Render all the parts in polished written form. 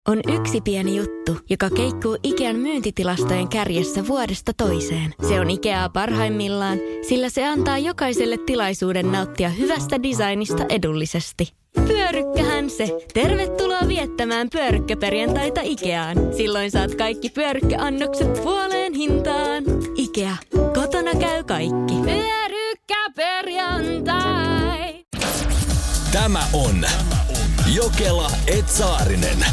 On yksi pieni juttu, joka keikkuu Ikean myyntitilastojen kärjessä vuodesta toiseen. Se on Ikeaa parhaimmillaan, sillä se antaa jokaiselle tilaisuuden nauttia hyvästä designista edullisesti. Pyörykkähän se! Tervetuloa viettämään pyörykkäperjantaita Ikeaan. Silloin saat kaikki pyörykkäannokset puoleen hintaan. Ikea. Kotona käy kaikki. Pyörykkäperjantai! Tämä on Jokela & Saarinen.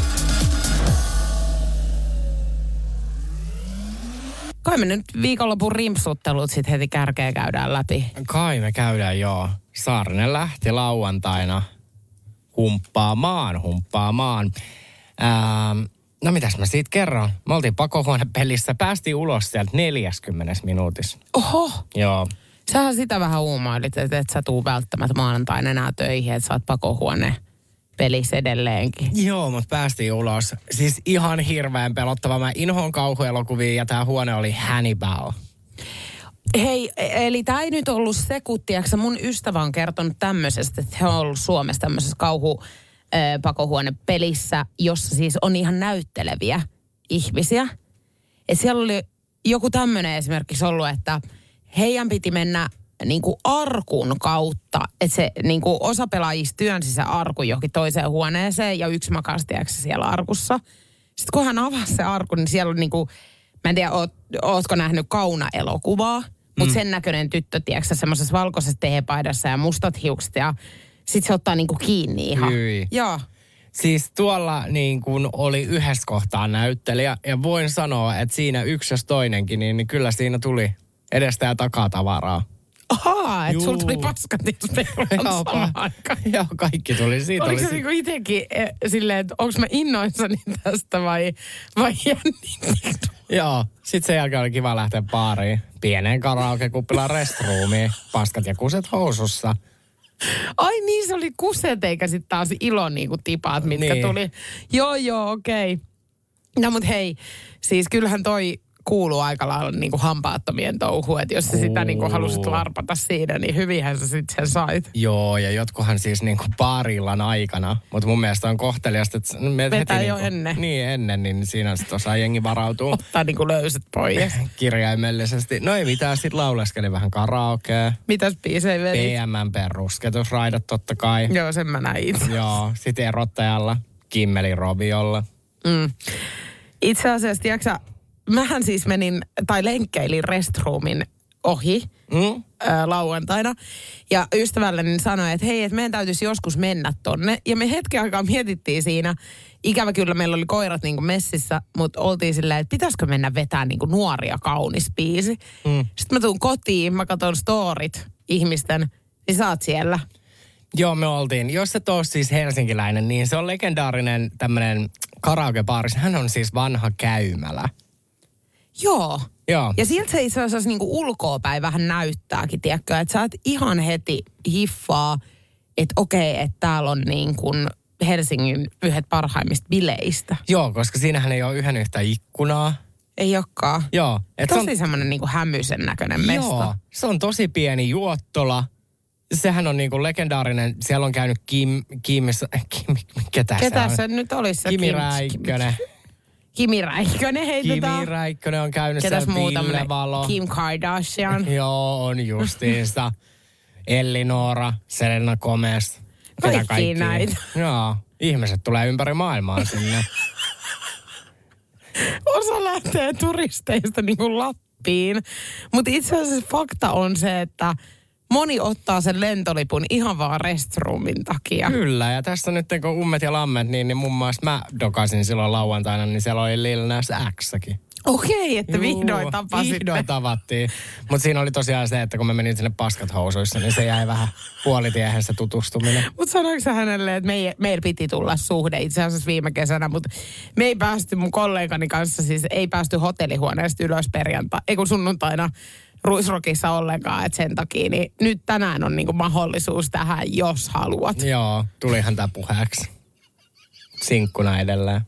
Kai me nyt viikonlopun rimpsuttelut sit heti kärkeä käydään läpi. Kai me käydään, joo. Saarinen lähti lauantaina humppaamaan. No mitäs mä siitä kerron? Me oltiin pakohuonepelissä, päästiin ulos sieltä 40 minuutissa. Oho! Joo. Sähän sitä vähän huumailit, että et sä tuu välttämättä maanantaina enää töihin, että sä oot pakohuonepelissä edelleenkin. Joo, mutta päästiin ulos. Siis ihan hirveän pelottava. Mä inhoon kauhuelokuvia ja tää huone oli Hannibal. Hei, eli tää ei nyt ollut se, kun tiiäksä, mun ystävä on kertonut tämmöisestä, että he on ollut Suomessa tämmöisessä pakohuonepelissä, jossa siis on ihan näytteleviä ihmisiä. Et siellä oli joku tämmöinen esimerkiksi ollut, että heidän piti mennä niinku arkun kautta, että se niinku osa pelaajista työnsi se arku johonkin toiseen huoneeseen ja yksi makasi siellä arkussa. Sitten kun hän avasi se arku, niin siellä oli niinku, mä en tiedä, ootko nähnyt Kauna-elokuvaa, mutta sen näköinen tyttö, tiedätkö, semmoisessa valkoisessa teepaidassa ja mustat hiukset ja sit se ottaa niinku kiinni ihan. Hyi. Joo. Siis tuolla niin kuin oli yhdessä kohtaa näyttelijä ja voin sanoa, että siinä yksi jos toinenkin, niin kyllä siinä tuli edestä ja takaa tavaraa. Ahaa, että sulla tuli paskat samaan aikaan. Joo, kaikki tuli. Siitä oliko se niinku itsekin silleen, että onko mä innoissani tästä vai jännitin? Joo, sit sen jälkeen oli kiva lähteä baariin. Pieneen karaoke-kuppilaan restroomiin. Paskat ja kuset housussa. Ai niin, se oli kuset eikä sitten taas ilon niinku tipaat, mitkä tuli. Joo, okei. No mut hei, siis kyllähän toi kuuluu aika lailla niinku hampaattomien touhuun, että jos sä sitä niinku halusit larpata siinä, niin hyvinhän sä sitten sen sait. Joo, ja jotkuhan siis niinku baarillan aikana, mutta mun mielestä on kohteliasta, että vetää jo ennen. Niin, ennen, niin siinä sitten osaa jengi varautua. Ottaa niinku löyset pois. Kirjaimellisesti. No ei mitään, sit lauleskeli vähän karaokea. Mitäs biisejä vedit? PM:n perusketusraidat totta kai. Joo, sen mä näin itse. Joo, sit erottajalla, Kimmeli Robiolla. Itse asiassa, tiiäksä, mähän siis lenkkeilin restroomin ohi lauantaina. Ja ystävälleni sanoi, että hei, että meidän täytyisi joskus mennä tonne. Ja me hetken aikaa mietittiin siinä. Ikävä kyllä meillä oli koirat niinku messissä, mutta oltiin silleen, että pitäisikö mennä vetää niinku Nuoria kaunis biisi. Sitten mä tuun kotiin, mä katson storit ihmisten, niin sä oot siellä. Joo, me oltiin. Jos et ole siis helsinkiläinen, niin se on legendaarinen tämmöinen karaokebaari. Hän on siis vanha käymälä. Joo. Joo. Ja siltä se itse asiassa niinku ulkoopäin vähän näyttääkin, tiedätkö, että sä et ihan heti hiffaa, että okei, että täällä on niin kuin Helsingin yhdet parhaimmista bileistä. Joo, koska siinähän ei ole yhden yhtä ikkunaa. Ei olekaan. Joo. Tosi semmoinen niinku hämyisen näköinen mesta. Joo, se on tosi pieni juottola. Sehän on niinku legendaarinen. Siellä on käynyt ketä se nyt olisi? Kimi Räikkönen. Kimi Räikkönen heitetaan. Kimi Räikkönen on käynyt ketäs siellä. muuta? Ville Valo. Kim Kardashian. Joo, on justiinsa. Elinora, Selena Gomez. Kaikki näitä. Joo, ihmiset tulee ympäri maailmaa sinne. Osa lähtee turisteista niin kuin Lappiin. Mutta itse asiassa fakta on se, että moni ottaa sen lentolipun ihan vaan restroomin takia. Kyllä, ja tässä nyt kun ummet ja lammet, niin muun muassa mä dokasin silloin lauantaina, niin siellä oli Lil Nas X:kin. Okei, että vihdoin tapasitte. Vihdoin tavattiin. Mutta siinä oli tosiaan se, että kun mä menin sinne paskat housuissa, niin se jäi vähän puolitiehen se tutustuminen. Mutta sanoinko sä hänelle, että meillä piti tulla suhde itse asiassa viime kesänä, mutta me ei päästy mun kollegani kanssa, siis ei päästy hotellihuoneesta ylös sunnuntaina Ruisrockissa ollenkaan, että sen takia, niin nyt tänään on niinku mahdollisuus tähän, jos haluat. Joo, tulihan tää puheeksi. Sinkkuna edelleen.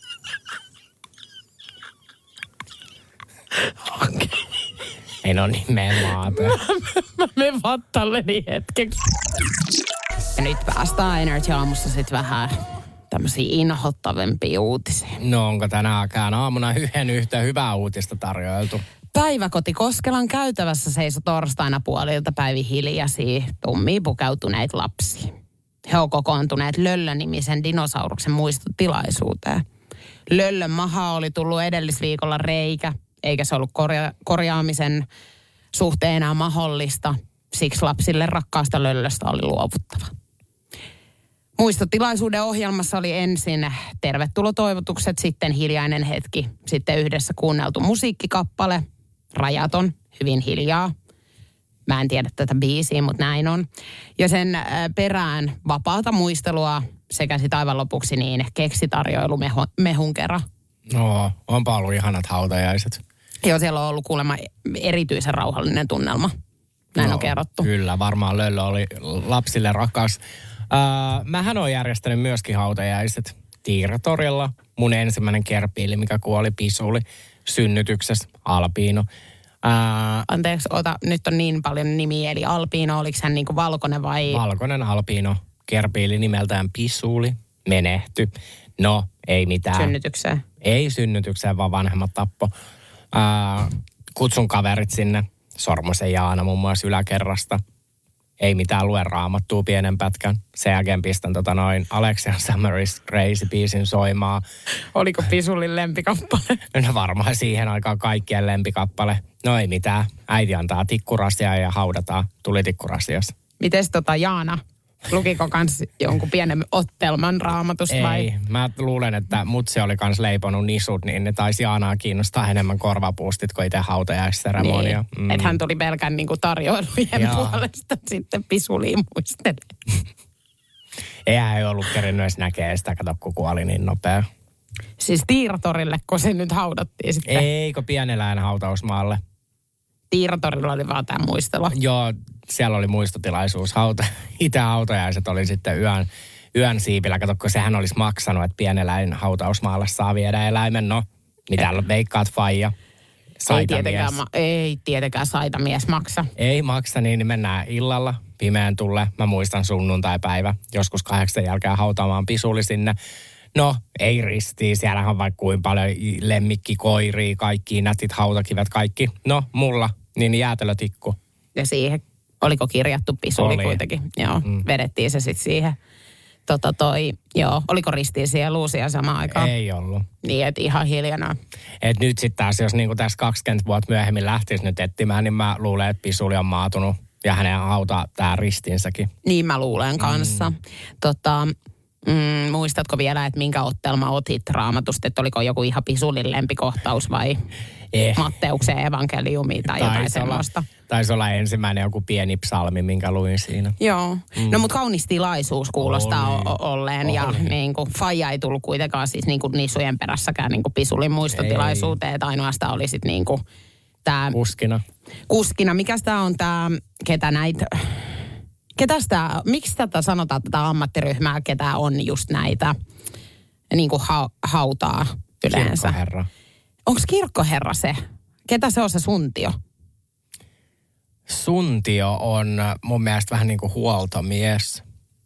Okei. Ei no niin, mene maata. Mä menen vattalleni hetkeksi. Ja nyt päästään Energy aamussa sit vähän tämmöisiä inhottavempia uutisia. No onko tänäänkään aamuna yhtä hyvää uutista tarjoiltu? Päiväkoti Koskelan käytävässä seisoi torstaina puolilta päivin hiljaisia, tummiin pukeutuneita lapsia. He on kokoontuneet Löllö-nimisen dinosauruksen muistotilaisuuteen. Löllön maha oli tullut edellisviikolla reikä, eikä se ollut korjaamisen suhteen enää mahdollista. Siksi lapsille rakkaasta Löllöstä oli luovuttava. Muistotilaisuuden ohjelmassa oli ensin tervetulotoivotukset, sitten hiljainen hetki, sitten yhdessä kuunneltu musiikkikappale, rajaton, hyvin hiljaa. Mä en tiedä tätä biisiä, mutta näin on. Ja sen perään vapaata muistelua sekä sitten aivan lopuksi niin keksitarjoilu mehun kerran. No, onpa ollut ihanat hautajaiset. Joo, siellä on ollut kuulemma erityisen rauhallinen tunnelma. Näin on kerrottu. Kyllä, varmaan Löllö oli lapsille rakas. Mähän olen järjestänyt myöskin hautajaiset Tiiratorilla. Mun ensimmäinen kerpiili, mikä kuoli pisuli synnytyksessä, Alpiino. Anteeksi, nyt on niin paljon nimiä, eli Alpiino, oliko hän niinku valkoinen vai? Valkoinen Alpiino, kerpiili nimeltään pisuli, menehty. No, ei mitään. Synnytykseen? Ei synnytykseen, vaan vanhemmat tappo. Kutsun kaverit sinne, Sormosen Jaana muun muassa yläkerrasta. Ei mitään, lue Raamattua pienen pätkän. Sen jälkeen pistän Alexia Summer is Crazy-biisin soimaan. Oliko pisulin lempikappale? No varmaan siihen aikaan kaikkien lempikappale. No ei mitään. Äiti antaa tikkurasia ja haudataan tulitikkurasiassa. Mites Jaana? Lukiko kans jonkun pienen ottelman Raamatusta vai? Ei, mä luulen, että mutsi oli kans leiponut nisut, niin ne taisi Jaanaa kiinnostaa enemmän korvapuustit kuin itse hautajaisseremonia. Niin, että hän tuli pelkän niinku tarjoilujen puolesta sitten pisuliin muistelemaan. Eihän ei ollut kerinyt edes näkee sitä, kato kun kuoli niin nopea. Siis Tiiratorille, kun se nyt haudattiin sitten? Eikö Pieneläinen hautausmaalle? Tiiratorilla oli vaan tämä muistelu. Joo, siellä oli muistotilaisuus. Itse hautajaiset oli sitten yön siipillä. Kato, kun sehän olisi maksanut, että Pieneläinen hautausmaalle saa viedä eläimen. No, mitä veikkaat faija? Ei tietenkään saitamies maksa. Ei maksa, niin mennään illalla pimeän tulle. Mä muistan sunnuntaipäivä. Joskus 8 jälkeen hautaamaan pisuli sinne. No, ei ristiin. Siellähän on vaikka kuin paljon lemmikkikoiria, kaikki nätit hautakivet, kaikki. No, mulla, niin jäätelötikku. Ja siihen, oliko kirjattu pisuli kuitenkin? Joo, vedettiin se sitten siihen. Oliko ristiin sielua siellä samaan aikaan? Ei ollut. Niin, että ihan hiljana. Et nyt sitten taas, jos niinku tässä 20 vuotta myöhemmin lähtisi nyt etsimään, niin mä luulen, että pisuli on maatunut ja hänen hautaa tää ristinsäkin. Niin mä luulen kanssa. Muistatko vielä, että minkä ottelma otit Raamatusta, että oliko joku ihan pisulin lempikohtaus vai Matteuksen evankeliumi tai jotain sellaista? Taisi olla ensimmäinen joku pieni psalmi, minkä luin siinä. Joo, no mutta kaunis tilaisuus kuulostaa olleen ja niin kuin faija ei tullut kuitenkaan siis niin kuin nisujen perässäkään niin kuin pisulin muistotilaisuuteen, että ainoastaan oli sitten niin kuin tämä... Kuskina. Mikäs tämä on tämä, ketä näitä... Miksi tätä sanotaan, tätä ammattiryhmää, ketä on just näitä niin kuin hautaa yleensä? Kirkkoherra. Onko kirkkoherra se? Ketä se on se suntio? Suntio on mun mielestä vähän niin kuin huoltomies.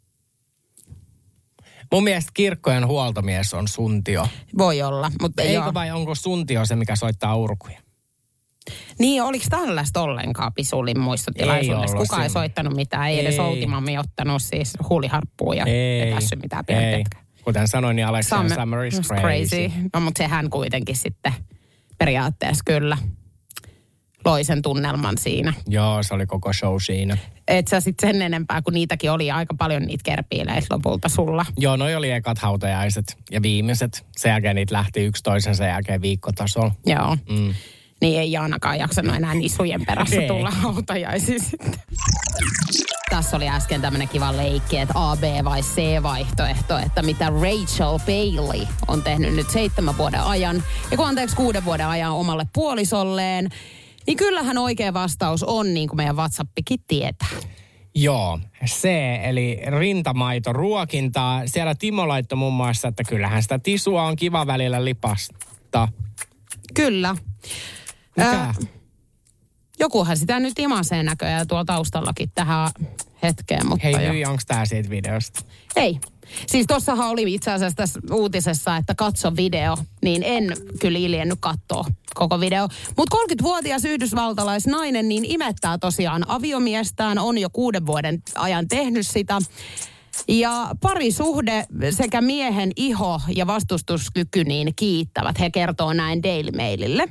Mun mielestä kirkkojen huoltomies on suntio. Voi olla, mutta eikö vai onko suntio se, mikä soittaa urkuja? Niin, oliko tällaista ollenkaan pisulin muistotilaisuudessa? Kukaan ei soittanut mitään, ei edes outimammi ottanut siis huuliharppua ja päässyt mitään pientetkään. Kuten sanoin, niin Alexia Summer is Crazy. No, mutta sehän kuitenkin sitten periaatteessa kyllä loi sen tunnelman siinä. Joo, se oli koko show siinä. Et sä sitten sen enempää, kun niitäkin oli aika paljon niitä kerpiileitä lopulta sulla. Joo, noi oli ekat hautajaiset ja viimeiset. Sen jälkeen niitä lähti yksi toisensa jälkeen viikkotasolla. Joo. Niin ei Jaanakaan jaksanut enää nisujen perässä tulla hautajaisiin sitten. Tässä oli äsken tämmönen kiva leikki, että A, B vai C-vaihtoehto, että mitä Rachel Bailey on tehnyt nyt 7 vuoden ajan. Ja kun 6 vuoden ajan omalle puolisolleen, niin kyllähän oikea vastaus on, niin kuin meidän WhatsAppikin tietää. Joo, C, eli rintamaitoruokintaa. Siellä Timo laittoi muun muassa, että kyllähän sitä tisua on kiva välillä lipasta. Kyllä. Jokuhan sitä nyt imasee näköjään tuolla taustallakin tähän hetkeen, mutta Hei Hyi, onko tää siitä videosta? Ei. Siis tossahan oli itse asiassa tässä uutisessa, että katso video, niin en kyllä iljennyt katsoa koko video. Mutta 30-vuotias yhdysvaltalaisnainen niin imettää tosiaan aviomiestään, on jo 6 vuoden ajan tehnyt sitä. Ja parisuhde sekä miehen iho ja vastustuskyky niin kiittävät. He kertoo näin Daily Mailille.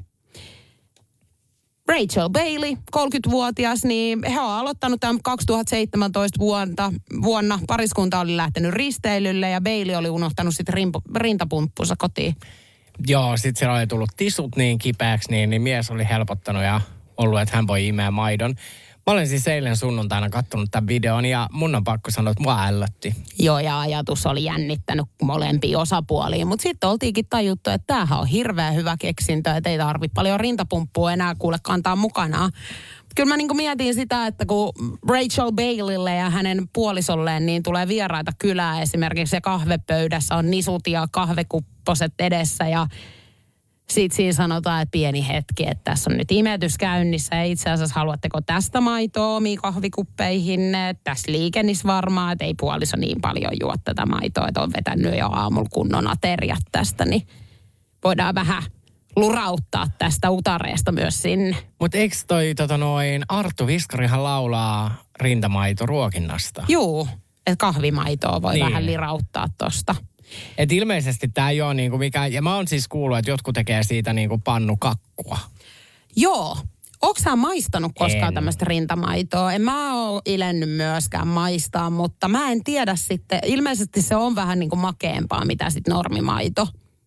Rachel Bailey, 30-vuotias, niin he on aloittanut tämän 2017 vuonna. Pariskunta oli lähtenyt risteilylle ja Bailey oli unohtanut sitten rintapumppunsa kotiin. Joo, sit siellä oli tullut tisut niin kipeäksi, niin mies oli helpottanut ja ollut, että hän voi imeä maidon. Mä olen siis eilen sunnuntaina kattonut tämän videon ja mun on pakko sanoa, että mua ällötti. Joo, ja ajatus oli jännittänyt molempia osapuolia, mutta sitten oltiinkin tajuttu, että tämähän on hirveän hyvä keksintö, että ei tarvitse paljon rintapumppua enää kuule kantaa mukanaan. Kyllä mä niin mietin sitä, että kun Rachel Baileylle ja hänen puolisolleen niin tulee vieraita kylää, esimerkiksi se kahvepöydässä on nisut ja kahvekupposet edessä ja sitten siinä sanotaan, että pieni hetki, että tässä on nyt imetys käynnissä ja itse asiassa haluatteko tästä maitoa omiin kahvikuppeihin? Tässä liikennis varmaan, että ei puoliso niin paljon juo tätä maitoa, että on vetänyt jo aamulla kunnon ateriat tästä, niin voidaan vähän lurauttaa tästä utareesta myös sinne. Mutta eikö toi Arttu Viskarihan laulaa rintamaitoruokinnasta? Juu, että kahvimaitoa voi vähän lirauttaa tosta. Et ilmeisesti tämä ei ole niinku mikään, ja mä oon siis kuullut, että jotkut tekee siitä niinku pannukakkua. Joo. Ootko sä maistanut koskaan tämmöistä rintamaitoa? En mä oo ilennyt myöskään maistaa, mutta mä en tiedä sitten. Ilmeisesti se on vähän niinku makeampaa, mitä sitten normimaito.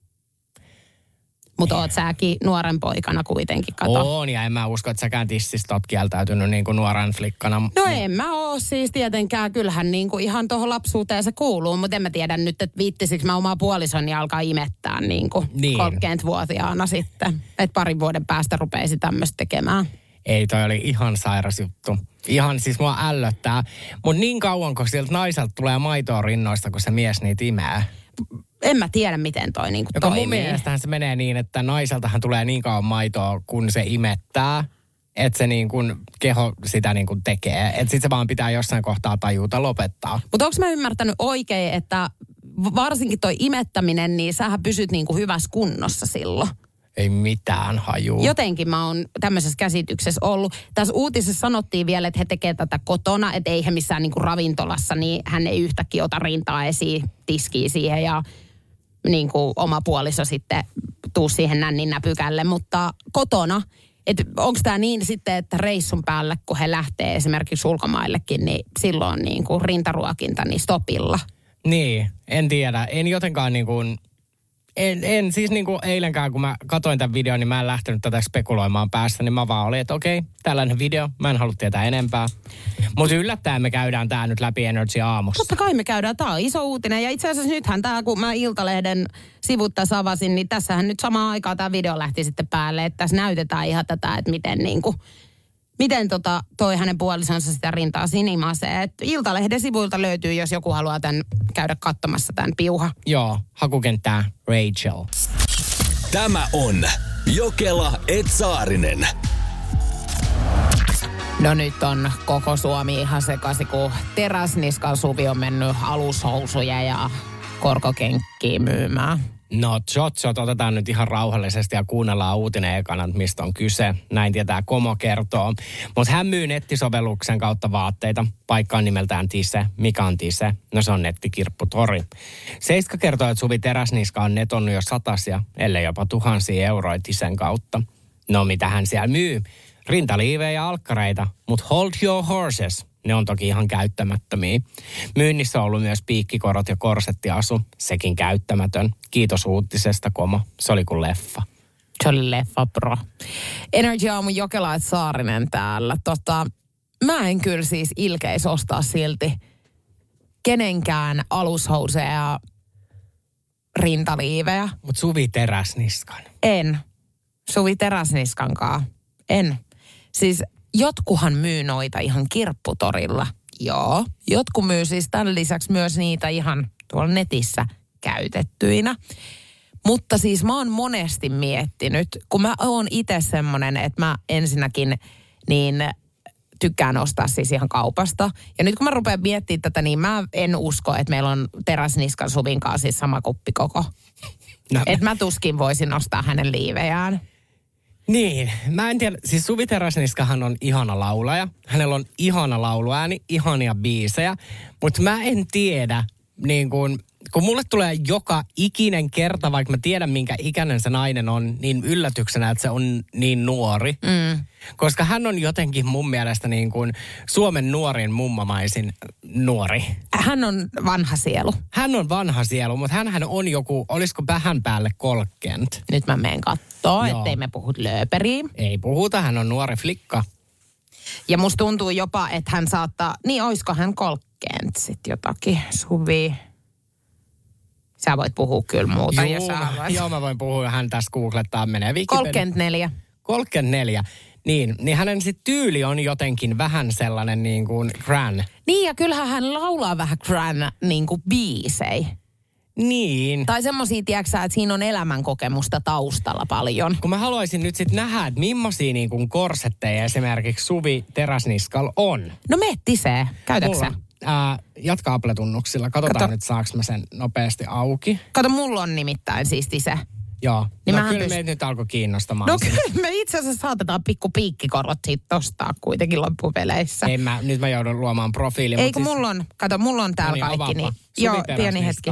Mutta oot säkin nuoren poikana kuitenkin, kato. On, ja en mä usko, että säkään tissistä oot kieltäytynyt niin kuin nuoren flikkana. No en mä oo siis tietenkään. Kyllähän niin kuin ihan tuohon lapsuuteen se kuuluu, mutta en mä tiedä nyt, että viittisikö mä omaa puolisoni alkaa imettää niin kuin 30-vuotiaana sitten. Että 2 vuoden päästä rupeisi tämmöistä tekemään. Ei, toi oli ihan sairas juttu. Ihan siis mua ällöttää. Mutta niin kauan, kun sieltä naiselta tulee maitoa rinnoista, kun se mies niitä imee. En mä tiedä, miten toi niinku toimii. Mun mielestähän se menee niin, että naiseltahan tulee niin kauan maitoa, kun se imettää, että se niin kuin keho sitä niin kuin tekee. Että sit se vaan pitää jossain kohtaa tajuta lopettaa. Mutta onko mä ymmärtänyt oikein, että varsinkin toi imettäminen, niin sähän pysyt niin kuin hyvässä kunnossa silloin? Ei mitään hajua. Jotenkin mä oon tämmöisessä käsityksessä ollut. Tässä uutisessa sanottiin vielä, että he tekevät tätä kotona, että ei he missään niinku ravintolassa, niin hän ei yhtäkkiä ota rintaa esiin, tiskiä siihen ja niinku oma puoliso sitten tuu siihen nännin näpykälle. Mutta kotona, että onko tämä niin sitten, että reissun päälle, kun he lähtee esimerkiksi ulkomaillekin, niin silloin niinku rintaruokinta niin stopilla? Niin, en tiedä. En jotenkaan niin kuin... En siis niin kuin eilenkään, kun mä katsoin tämän videon, niin mä en lähtenyt tätä spekuloimaan päässä, niin mä vaan olin, että okei, tällainen video, mä en halua tietää enempää. Mutta yllättäen me käydään tää nyt läpi Energy aamussa. Totta kai me käydään, tää on iso uutinen ja itse asiassa nythän tää, kun mä Iltalehden sivut tässä avasin, niin tässähän nyt samaan aikaan tää video lähti sitten päälle, että tässä näytetään ihan tätä, että miten toi hänen puolisonsa sitä rintaa sinimasee. Et Iltalehden sivuilta löytyy, jos joku haluaa käydä katsomassa tämän piuha. Joo, hakukenttää Rachel. Tämä on Jokela & Saarinen. No nyt on koko Suomi ihan sekaisin, kun Teräsniskan Suvi on mennyt alushousuja ja korkokenkkiä myymään. No Jotsot, otetaan nyt ihan rauhallisesti ja kuunnellaan uutinen ekana, mistä on kyse. Näin tietää Komo kertoo. Mutta hän myy nettisovelluksen kautta vaatteita. Paikka on nimeltään Tise. Mikä on Tise? No se on nettikirpputori. Seiska kertoo, että Suvi Teräsniska on netonnut jo satasia, ellei jopa tuhansia euroja Tisen kautta. No mitä hän siellä myy? Rintaliivejä ja alkkareita, mutta hold your horses. Ne on toki ihan käyttämättömiä. Myynnissä on ollut myös piikkikorot ja korsettiasu, sekin käyttämätön. Kiitos uutisesta, Komo. Se oli kuin leffa. Se oli leffa, bro. Energy aamun Jokela & Saarinen täällä. Mä en kyllä siis ilkeis ostaa silti kenenkään alushouseja ja rintaliivejä. Mut Suvi Teräsniskan. En. Suvi Teräsniskankaan. En. Siis jotkuhan myy noita ihan kirpputorilla. Joo. Jotkut myy siis tämän lisäksi myös niitä ihan tuolla netissä käytettyinä. Mutta siis mä oon monesti miettinyt, kun mä oon itse semmonen, että mä ensinnäkin niin tykkään ostaa siis ihan kaupasta. Ja nyt kun mä rupean miettimään tätä, niin mä en usko, että meillä on Teräsniskan Suvin kanssa siis sama kuppikoko. No. Että mä tuskin voisin ostaa hänen liivejään. Niin, mä en tiedä. Siis Suvi Teräsniskahan on ihana laulaja. Hänellä on ihana lauluääni, ihania biisejä. Mutta mä en tiedä, niin kun mulle tulee joka ikinen kerta, vaikka mä tiedän minkä ikäinen se nainen on, niin yllätyksenä, että se on niin nuori. Koska hän on jotenkin mun mielestä niin kuin Suomen nuorin mummamaisin nuori. Hän on vanha sielu. Hän on vanha sielu, mutta hänhän on joku, olisiko vähän päälle 30. Nyt mä menen kattoo, ettei me puhut lööperiin. Ei puhuta, hän on nuori flikka. Ja musta tuntuu jopa, että hän saattaa, niin oisko hän 30 sit jotakin, Suvi. Sä voit puhua kyllä muuta, jos sä haluat. Joo, mä voin puhua, hän tässä googlettaa, menee Wikipedia. 34. 34. Niin hänen sit tyyli on jotenkin vähän sellainen niin kuin gran. Niin, ja kyllähän hän laulaa vähän gran niin kuin biisei. Niin. Tai semmosia, tiedätkö että siinä on elämänkokemusta taustalla paljon. Kun mä haluaisin nyt sitten nähdä, että millaisia niin kuin korsetteja esimerkiksi Suvi Teräsniskal on. No mettisee, käytätkö sä? Jatka Apple-tunnuksilla. Katsotaan nyt, saaks mä sen nopeasti auki. Kato, mulla on nimittäin siis tise. Joo. Niin no kyllä meitä nyt alkoi kiinnostamaan. No kyllä me itse asiassa saatetaan pikku piikkikorot siitä ostaa kuitenkin loppupeleissä. Nyt mä joudun luomaan profiilin. Ei kun siis mulla on täällä kaikki. Niin, joo, pieni hetki.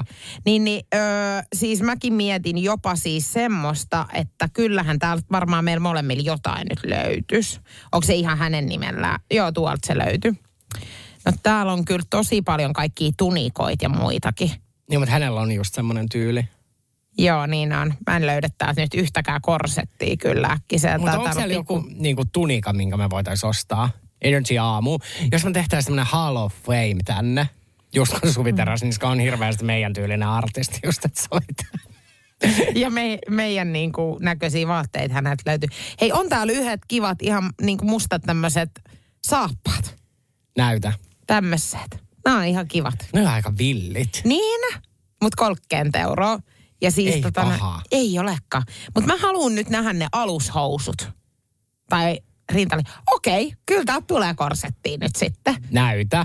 Siis mäkin mietin jopa siis semmoista, että kyllähän täältä varmaan meillä molemmilla jotain nyt löytyisi. Onko se ihan hänen nimellään? Joo, tuolta se löytyy. No täällä on kyllä tosi paljon kaikkia tunikoita ja muitakin. Joo, mutta hänellä on just semmoinen tyyli. Joo, niin on. Mä en löydä täältä nyt yhtäkään korsettia kyllä äkkiseltä. Mutta onko siellä joku niinku tunika, minkä me voitaisiin ostaa? Energy Aamu. Jos me tehtäisiin semmoinen Hall of Fame tänne, just kun Suvi Teräsniska on hirveästi meidän tyylinen artisti, just että soittaa. Ja meidän niinku näköisiä vaatteita häneltä löytyy. Hei, on täällä yhdet kivat ihan niinku mustat tämmöiset saappaat. Näytä. Tämmöiset. Nämä on ihan kivat. Ne on aika villit. Niin, mutta 30 €. Ja siis ei pahaa. Ei olekaan. Mutta mä haluan nyt nähdä ne alushousut. Tai rintali. Okei, kyllä tää tulee korsettiin nyt sitten. Näytä.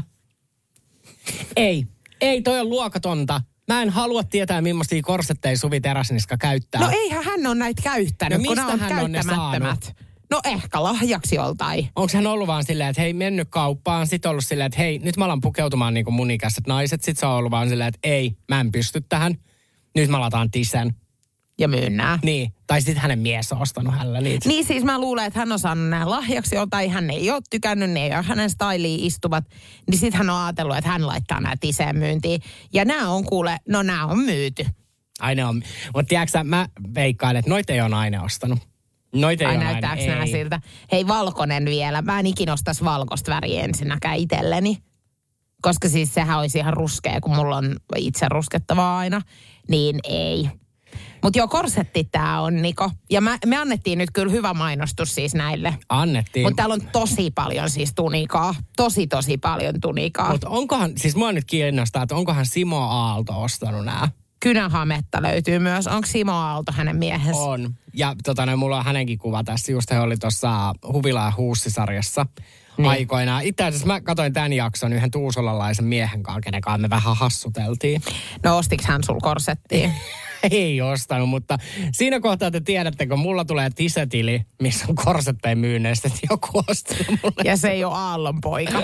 Ei, toi on luokatonta. Mä en halua tietää, millaisia korsetteja Suvi Teräsniska käyttää. No eihän hän on näitä käyttänyt, no, kun ne on hän on ne saanut? No ehkä lahjaksi joltain. Onko hän ollut vaan silleen, että hei, mennyt kauppaan, sit ollut silleen, että hei, nyt mä alan pukeutumaan niin kuin mun ikäiset naiset. Sit se on ollut vaan silleen, että ei, mä en pysty tähän. Nyt mä lataan tisen. Ja myyn nää. Niin, tai sitten hänen mies on ostanut hänellä niitä. Niin siis mä luulen, että hän on saanut nämä lahjaksi tai hän ei ole tykännyt, ne ei ole hänen styliin istuvat. Niin sit hän on ajatellut, että hän laittaa nämä tiseen myyntiin. Ja nämä on nämä on myyty. Ai ne on. Mutta tiedätkö mä veikkaan, että noita ei ole nainen ostanut. Noita ei ole nainen. Näyttääkö nämä siltä? Hei, valkoinen vielä. Mä en ikinä ostaisi valkoista väriä ensinnäkään itselleni. Koska siis sehän olisi ihan ruskea, kun mulla on itse ruskettavaa aina. Niin ei. Mutta joo, korsetti tää on, Niko. Ja me annettiin nyt kyllä hyvä mainostus siis näille. Annettiin. Mutta täällä on tosi paljon siis tunikaa. Tosi paljon tunikaa. Mutta onkohan, siis mua nyt kiinnostaa, että onkohan Simo Aalto ostanut nää? Kynähametta löytyy myös. Onko Simo Aalto hänen miehensä? On. Ja mulla on hänenkin kuva tässä. Just he oli tuossa Huvila ja Huussi-sarjassa. Niin. Aikoinaan. Itse asiassa mä katsoin tämän jakson yhden tuusolalaisen miehen kanssa, kenen kanssa me vähän hassuteltiin. No ostiks hän sul korsettiin? Ei ostanut, mutta siinä kohtaa te tiedätte, kun mulla tulee tisetili, missä on korsetteja myynneistä, että joku ostanut mulle. Ja se ei ole Aallon poika.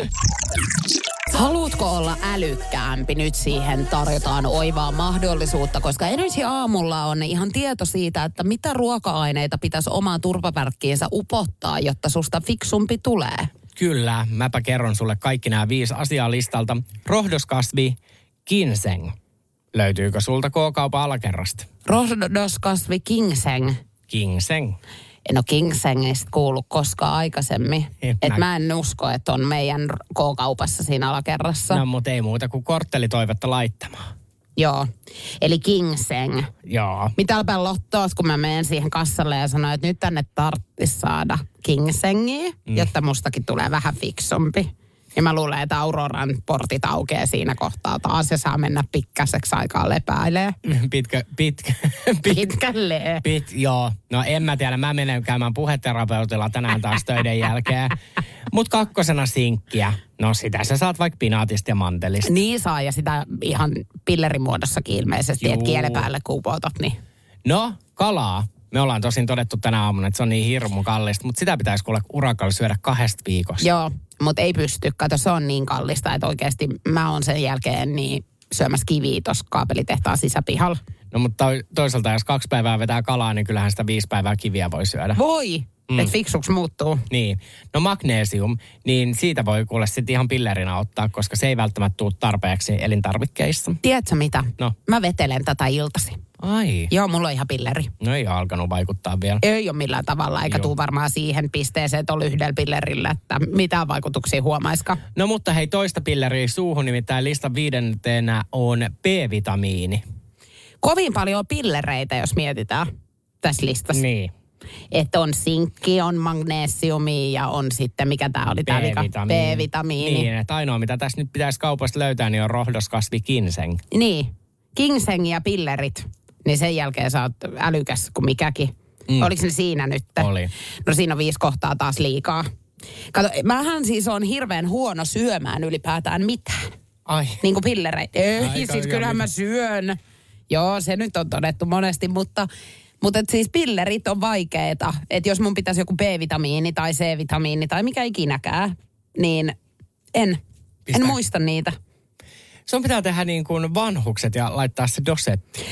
Haluatko olla älykkäämpi? Nyt siihen tarjotaan oivaa mahdollisuutta, koska Energy Aamulla on ihan tieto siitä, että mitä ruoka-aineita pitäisi omaan turvavärkkiinsä upottaa, jotta susta fiksumpi tulee. Kyllä, mäpä kerron sulle kaikki nämä 5 asiaa listalta. Rohdoskasvi, ginseng. Löytyykö sulta K-kaupan alakerrasta? Rohdoskasvi, ginseng. Ginseng. En ole ginsengistä kuullut koskaan aikaisemmin. Että mä en usko, että on meidän K-kaupassa siinä alakerrassa. No, mutta ei muuta kuin korttelitoivetta laittamaan. Joo, eli ginseng. Joo. Mitä alpeen lottoos, kun mä menen siihen kassalle ja sanon, että nyt tänne tarvitsisi saada ginsengiä, jotta mustakin tulee vähän fiksumpi. Ja mä luulen, että Auroran portit aukeaa siinä kohtaa taas ja saa mennä pikkäiseksi aikaa lepäilee. Pitkälle. Joo. No en mä tiedä, mä menen käymään puheterapeutilla tänään taas töiden jälkeen. Mut 2. sinkkiä. No sitä sä saat vaikka pinaatista ja mantelista. Niin saa ja sitä ihan pillerimuodossakin ilmeisesti, että kielen päälle kuupotat, niin. No, kalaa. Me ollaan tosin todettu tänä aamuna, että se on niin hirmu kallista, mutta sitä pitäisi kuule urakalla syödä 2 viikossa. Joo, mutta ei pysty. Kato, se on niin kallista, että oikeasti mä oon sen jälkeen niin syömässä kiviä tuossa kaapelitehtaan sisäpihalla. No mutta toisaalta, jos 2 päivää vetää kalaa, niin kyllähän sitä 5 päivää kiviä voi syödä. Voi! Että fiksuksi muuttuu. Niin. No magnesium, niin siitä voi kuule sitten ihan pillerinä ottaa, koska se ei välttämättä tule tarpeeksi elintarvikkeissa. Tiedätkö mitä? No. Mä vetelen tätä iltasi. Ai. Joo, mulla on ihan pilleri. No ei ole alkanut vaikuttaa vielä. Ei ole millään tavalla, eikä tule varmaan siihen pisteeseen, että on yhdellä pillerillä, että mitään vaikutuksia huomaisika. No mutta hei, toista pilleriä suuhun, nimittäin listan 5. on B-vitamiini. Kovin paljon on pillereitä, jos mietitään tässä listassa. Niin. Että on sinkki, on magnesiumi ja on sitten, mikä tämä oli tämä B-vitamiini. Niin, että ainoa mitä tässä nyt pitäisi kaupasta löytää, niin on rohdoskasvi ginseng. Niin, ginseng ja pillerit. Niin sen jälkeen sä oot älykäs kuin mikäkin. Oliko ne siinä nyt? Oli. No siinä on 5 kohtaa taas liikaa. Kato, mähän siis on hirveän huono syömään ylipäätään mitään. Ai. Niin kuin pillereitä. Ei, siis kyllähän mä syön. Joo, se nyt on todettu monesti, mutta et siis pillerit on vaikeeta. Että jos mun pitäisi joku B-vitamiini tai C-vitamiini tai mikä ikinäkään, niin en muista niitä. Sun pitää tehdä niin kuin vanhukset ja laittaa se dosetti.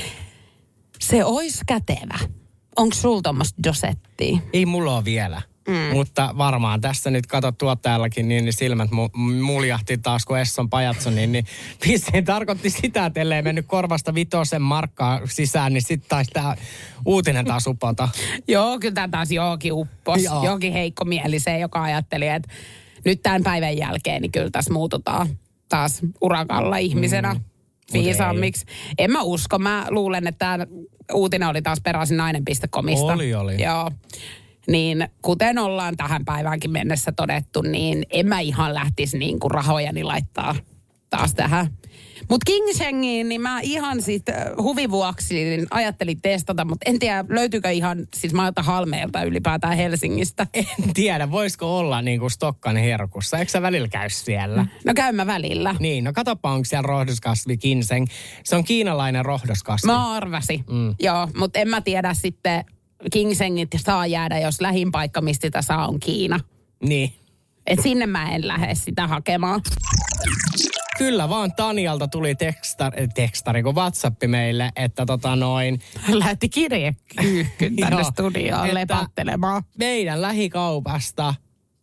Se ois kätevä. Onko sulla tuommoista dosettia? Ei mulla ole vielä. Mutta varmaan tässä nyt kato tuottajallakin, niin silmät muljahti taas, kun Esson pajatso, niin vissiin tarkoitti sitä, että ellei mennyt korvasta 5 markkaa sisään, niin sitten taisi tämä uutinen taas upota. Joo, kyllä tämä taas johonkin uppos. Johonkin heikkomieliseen, joka ajatteli, että nyt tämän päivän jälkeen, niin kyllä tässä muututaan taas urakalla ihmisenä viisaammiksi. En mä usko. Mä luulen, että tämä uutinen oli taas peräisin nainen.comista. Oli. Joo. Niin kuten ollaan tähän päiväänkin mennessä todettu, niin en mä ihan lähtisi niin kuin rahojani laittaa taas tähän. Mutta Kingsengiin, niin mä ihan sitten huvivuoksi niin ajattelin testata, mutta en tiedä, löytyykö ihan siis mailta halmeilta ylipäätään Helsingistä. En tiedä, voisiko olla niin kuin Stokkan herkussa. Eikö sä välillä käy siellä? No käyn mä välillä. Niin, no katsopa, onko siellä rohdoskasvi ginseng. Se on kiinalainen rohdoskasvi. Mä arvasin, joo, mutta en mä tiedä sitten, ginsengit saa jäädä, jos lähin paikka, mistä sitä saa, on Kiina. Niin. Et sinne mä en lähde sitä hakemaan. Kyllä vaan Tanialta tuli tekstari kun WhatsAppi meille, että Lähti kirjekyyhkyn tänne studioon lepattelemaan. Meidän lähikaupasta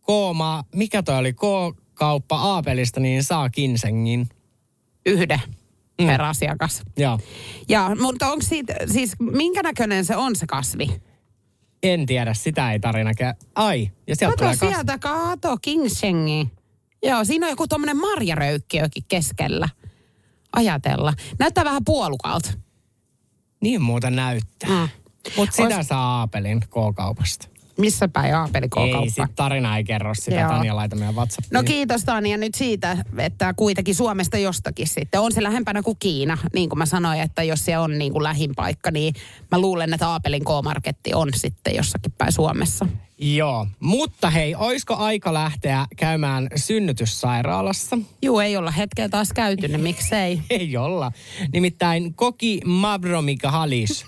mikä toi oli, K-kauppa Aapelista, niin saa ginsengin. 1 per asiakas. Joo. Ja, mutta onko siitä, siis minkä näköinen se on se kasvi? En tiedä, sitä ei tarina Ai, ja sieltä tulee sieltä, kato, gingsengi. Joo, siinä on joku tommonen marjaröykkiökin keskellä. Ajatella. Näyttää vähän puolukalta. Niin muuten näyttää. Mutta sitä saa Aapelin K-kaupasta. Missä päin Aapeli K-kauppa? Ei, sit tarina ei kerro sitä. Joo. Tania laita meidän WhatsAppiin. No kiitos Tania nyt siitä, että kuitenkin Suomesta jostakin sitten. On se lähempänä kuin Kiina. Niin kuin mä sanoin, että jos se on niin kuin lähin paikka, niin mä luulen, että Aapelin K-marketti on sitten jossakin päin Suomessa. Joo, mutta hei, oisko aika lähteä käymään synnytyssairaalassa? Juu, ei olla hetkeä taas käyty, niin miksei? Ei olla. Nimittäin Koki Mavromichalis.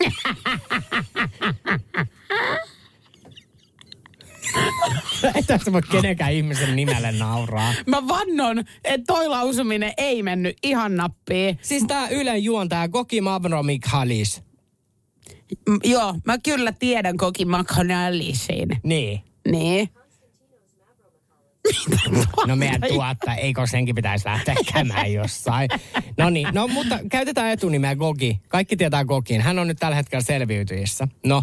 Ei tässä voi kenenkään ihmisen nimelle nauraa. Mä vannon, että toi lausuminen ei mennyt ihan nappiin. Siis tää Ylen juontaja Koki Mavromichalis. Joo, mä kyllä tiedän Koki Mavromichalisin. Niin. Niin. No meidän tuotta, eikö senkin pitäisi lähteä käymään jossain. No niin, no mutta käytetään etunimeä Koki. Kaikki tietää Kokin. Hän on nyt tällä hetkellä selviytyjissä. No,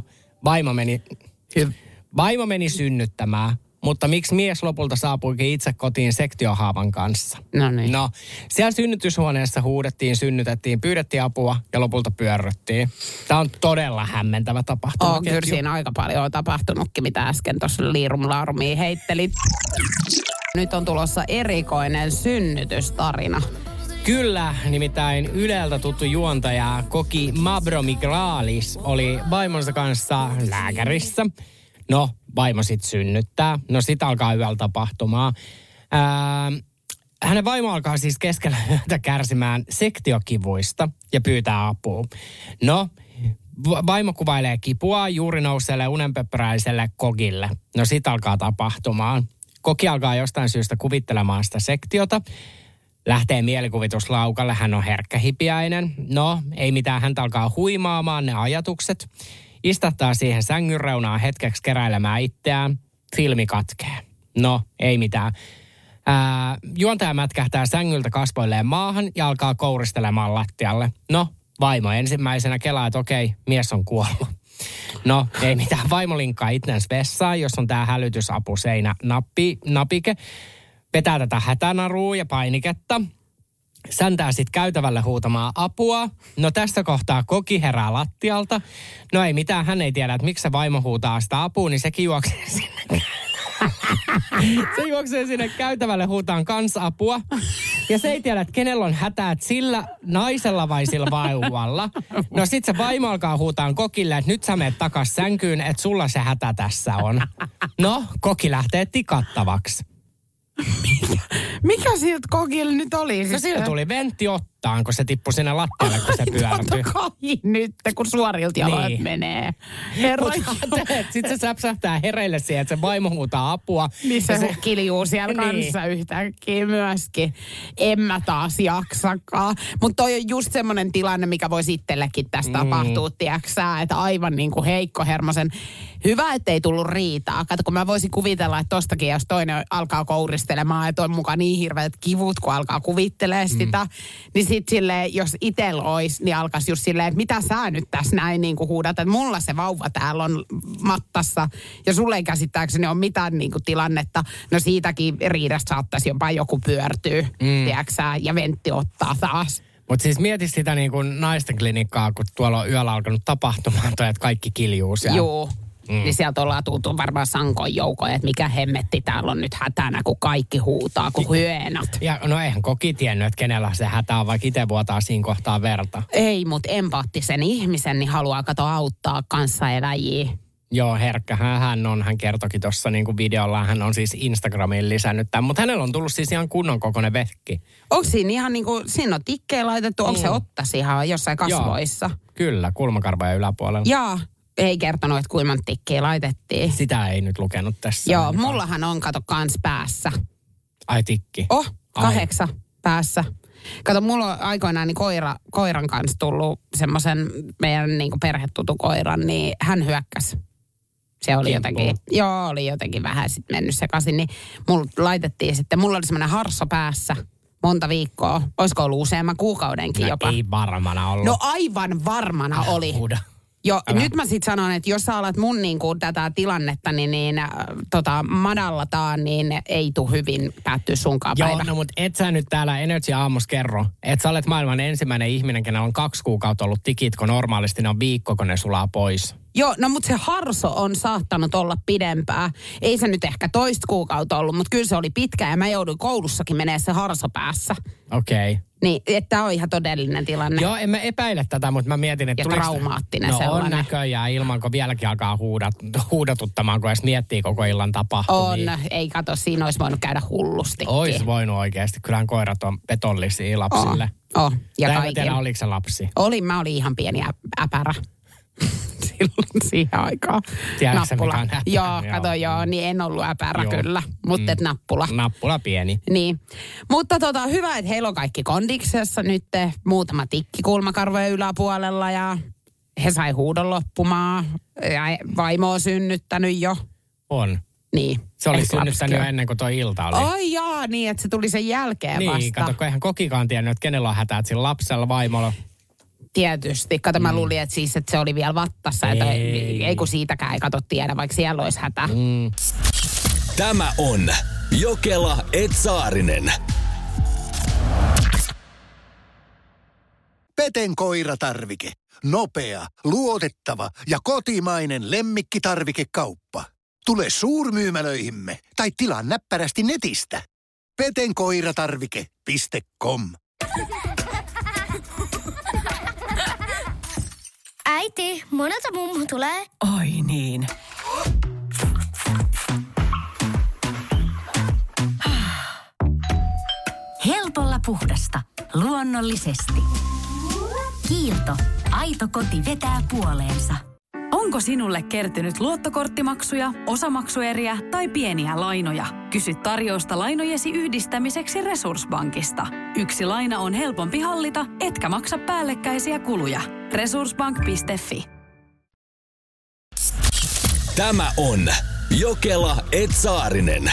vaimo meni synnyttämään, mutta miksi mies lopulta saapuikin itse kotiin sektiohaavan kanssa? No niin. No, siellä synnytyshuoneessa huudettiin, synnytettiin, pyydettiin apua ja lopulta pyörryttiin. Tämä on todella hämmentävä tapahtuma. Kyllä siinä aika paljon on tapahtunutkin, mitä äsken tuossa liirumlaarumia heittelit. Nyt on tulossa erikoinen synnytystarina. Kyllä, nimittäin Yleltä tuttu juontaja koki Mavro Migralis oli vaimonsa kanssa lääkärissä. No, vaimo sit synnyttää. No, sit alkaa yöllä tapahtumaa. Hänen vaimo alkaa siis keskellä yötä kärsimään sektiokivuista ja pyytää apua. No, vaimo kuvailee kipua juuri nousseelle unenpöpöräiselle kokille. No, sit alkaa tapahtumaan. Koki alkaa jostain syystä kuvittelemaan sitä sektiota. Lähtee mielikuvituslaukalle, hän on herkkähipiäinen. No, ei mitään, häntä alkaa huimaamaan ne ajatukset. Istattaa siihen sängyn reunaan hetkeksi keräilemään itseään. Filmi katkee. No, ei mitään. Juontaja mätkähtää sängyltä kasvoilleen maahan ja alkaa kouristelemaan lattialle. No, vaimo ensimmäisenä kelaa, että okei, mies on kuollut. No, ei mitään. Vaimo linkkaa itsensä vessaan, jos on tää hälytysapuseinä napike. Vetää tätä hätänarua ja painiketta. Säntää sitten käytävälle huutamaan apua. No tässä kohtaa koki herää lattialta. No ei mitään, hän ei tiedä, että miksi se vaimo huutaa sitä apua, niin sekin juoksee sinne. Se juoksee sinne käytävälle huutaan kanssa apua. Ja se ei tiedä, että kenellä on hätää, että sillä naisella vai sillä vauvalla. No sit se vaimo alkaa huutaan kokille, että nyt sä menet takas sänkyyn, että sulla se hätä tässä on. No, koki lähtee tikattavaksi. Mikä siltä kokille nyt oli? No sillä tuli ventti ottaan, kun se tippui sinne lattialle, kun se pyörtyi. Totta kai nyt, kun suorilta jaloilta niin menee. Sitten se säpsähtää hereille siihen, että se vaimo huutaa apua. Niin se kiljuu siellä kanssa yhtäkkiä myöskin. En mä taas jaksakaan. Mutta toi on just semmoinen tilanne, mikä voisi itsellekin tästä tapahtua, tiiäksä, että aivan niin kuin heikkohermosen. Hyvä, ettei tullut riitaa. Kato, kun mä voisin kuvitella, että tostakin, jos toinen alkaa kouristelemaan, että on mukaan niin hirveät kivut, kun alkaa kuvittelemaan sitä, niin sitten silleen, jos itsellä olisi, niin alkaisi just silleen, että mitä sä nyt tässä näin niin kuin huudat, että mulla se vauva täällä on mattassa, ja sulle ei käsittääkseni ole mitään niin kuin tilannetta. No siitäkin riidasta saattaisi jopa joku pyörtyä, tiiäksä, ja ventti ottaa taas. Mutta siis mieti sitä niin kuin naisten klinikkaa, kun tuolla on yöllä alkanut tapahtumaan, että kaikki kiljuu siellä. Joo. Niin sieltä ollaan tultu varmaan sankoin joukoon, että mikä hemmetti täällä on nyt hätänä, kun kaikki huutaa, kun hyönät. Ja no eihän koki tiennyt, että kenellä se hätä on, vaikka itse vuotaa siinä kohtaa verta. Ei, mutta empaattisen ihmisen niin haluaa auttaa kanssaeläjiä. Joo, herkkähän hän on. Hän kertokin tuossa niin videolla, hän on siis Instagramiin lisännyt tämän, mutta hänellä on tullut siis ihan kunnon kokoinen vehki. Onko siinä ihan niin kuin, siinä on tikkejä laitettu, onko se ottas ihan jossain kasvoissa? Joo, kyllä, kulmakarvojen yläpuolella. Joo. Ei kertonut, että kuinka monta tikkiä laitettiin. Sitä ei nyt lukenut tässä. Joo, mullahan on, kato, kans päässä. Ai tikki? 8 päässä. Kato, mulla on aikoinaan niin koiran kanssa tullut semmoisen meidän niin perhetutun koiran, niin hän hyökkäsi. Se oli jotenkin vähän sitten mennyt sekaisin. Niin mulla laitettiin sitten, mulla oli semmoinen harso päässä monta viikkoa. Olisiko ollut useamman kuukaudenkin jopa? Ei varmana ollut. No aivan varmana oli. Joo, nyt mä sit sanon, että jos sä alat mun niinku tätä tilannetta niin madallataan, niin ei tule hyvin päättyä sunkaan päivä. Joo, no mut et sä nyt täällä Energy aamussa kerro, että sä olet maailman ensimmäinen ihminen, kenellä on 2 kuukautta ollut tikit, kun normaalisti ne on viikko, kun ne sulaa pois. Joo, no mutta se harso on saattanut olla pidempää. Ei se nyt ehkä toista kuukautta ollut, mutta kyllä se oli pitkä ja mä jouduin koulussakin menee se harso päässä. Okei. Okay. Niin, että tämä on ihan todellinen tilanne. Joo, en mä epäile tätä, mutta mä mietin, että... Ja traumaattinen sellainen. On näköjään ilman, kun vieläkin alkaa huudatuttamaan, kun edes miettii koko illan tapahtumia. On, ei kato, siinä olisi voinut käydä hullustikin. Olisi voinut oikeasti. Kyllähän koirat on petollisia lapsille. Ja kaikille. Tiedä, oliko se lapsi? Mä olin ihan pieni äpärä. Silloin siihen aikaan. Tiedätkö nappula. Joo, kato niin en ollut äpärä kyllä, mutta nappula. Nappula pieni. Niin. Mutta hyvä, että heillä on kaikki kondiksessa nyt. Muutama tikki kulmakarvojen yläpuolella ja he sai huudon loppumaan. Ja vaimo on synnyttänyt jo. On. Niin. Se oli synnyttänyt ennen kuin toi ilta oli. Ai jaa, niin että se tuli sen jälkeen vasta. Niin, kato, kun eihän kokikaan tiennyt, että kenellä on hätää, että sillä lapsella, vaimolla. Tietysti. Kato, mä luulin, että se oli vielä vattassa. Ei kun siitäkään ei kato tiedä, vaikka siellä olisi hätä. Tämä on Jokela et Saarinen. Peten koiratarvike. Nopea, luotettava ja kotimainen lemmikkitarvikekauppa. Tule suurmyymälöihimme tai tilaa näppärästi netistä. petenkoiratarvike.com. Äiti, monelta mummu tulee? Oi niin. Helpolla puhdasta. Luonnollisesti. Kiilto. Aito koti vetää puoleensa. Onko sinulle kertynyt luottokorttimaksuja, osamaksueriä tai pieniä lainoja? Kysy tarjousta lainojesi yhdistämiseksi Resurssbankista. Yksi laina on helpompi hallita, etkä maksa päällekkäisiä kuluja. Resurssbank.fi. Tämä on Jokela et Saarinen.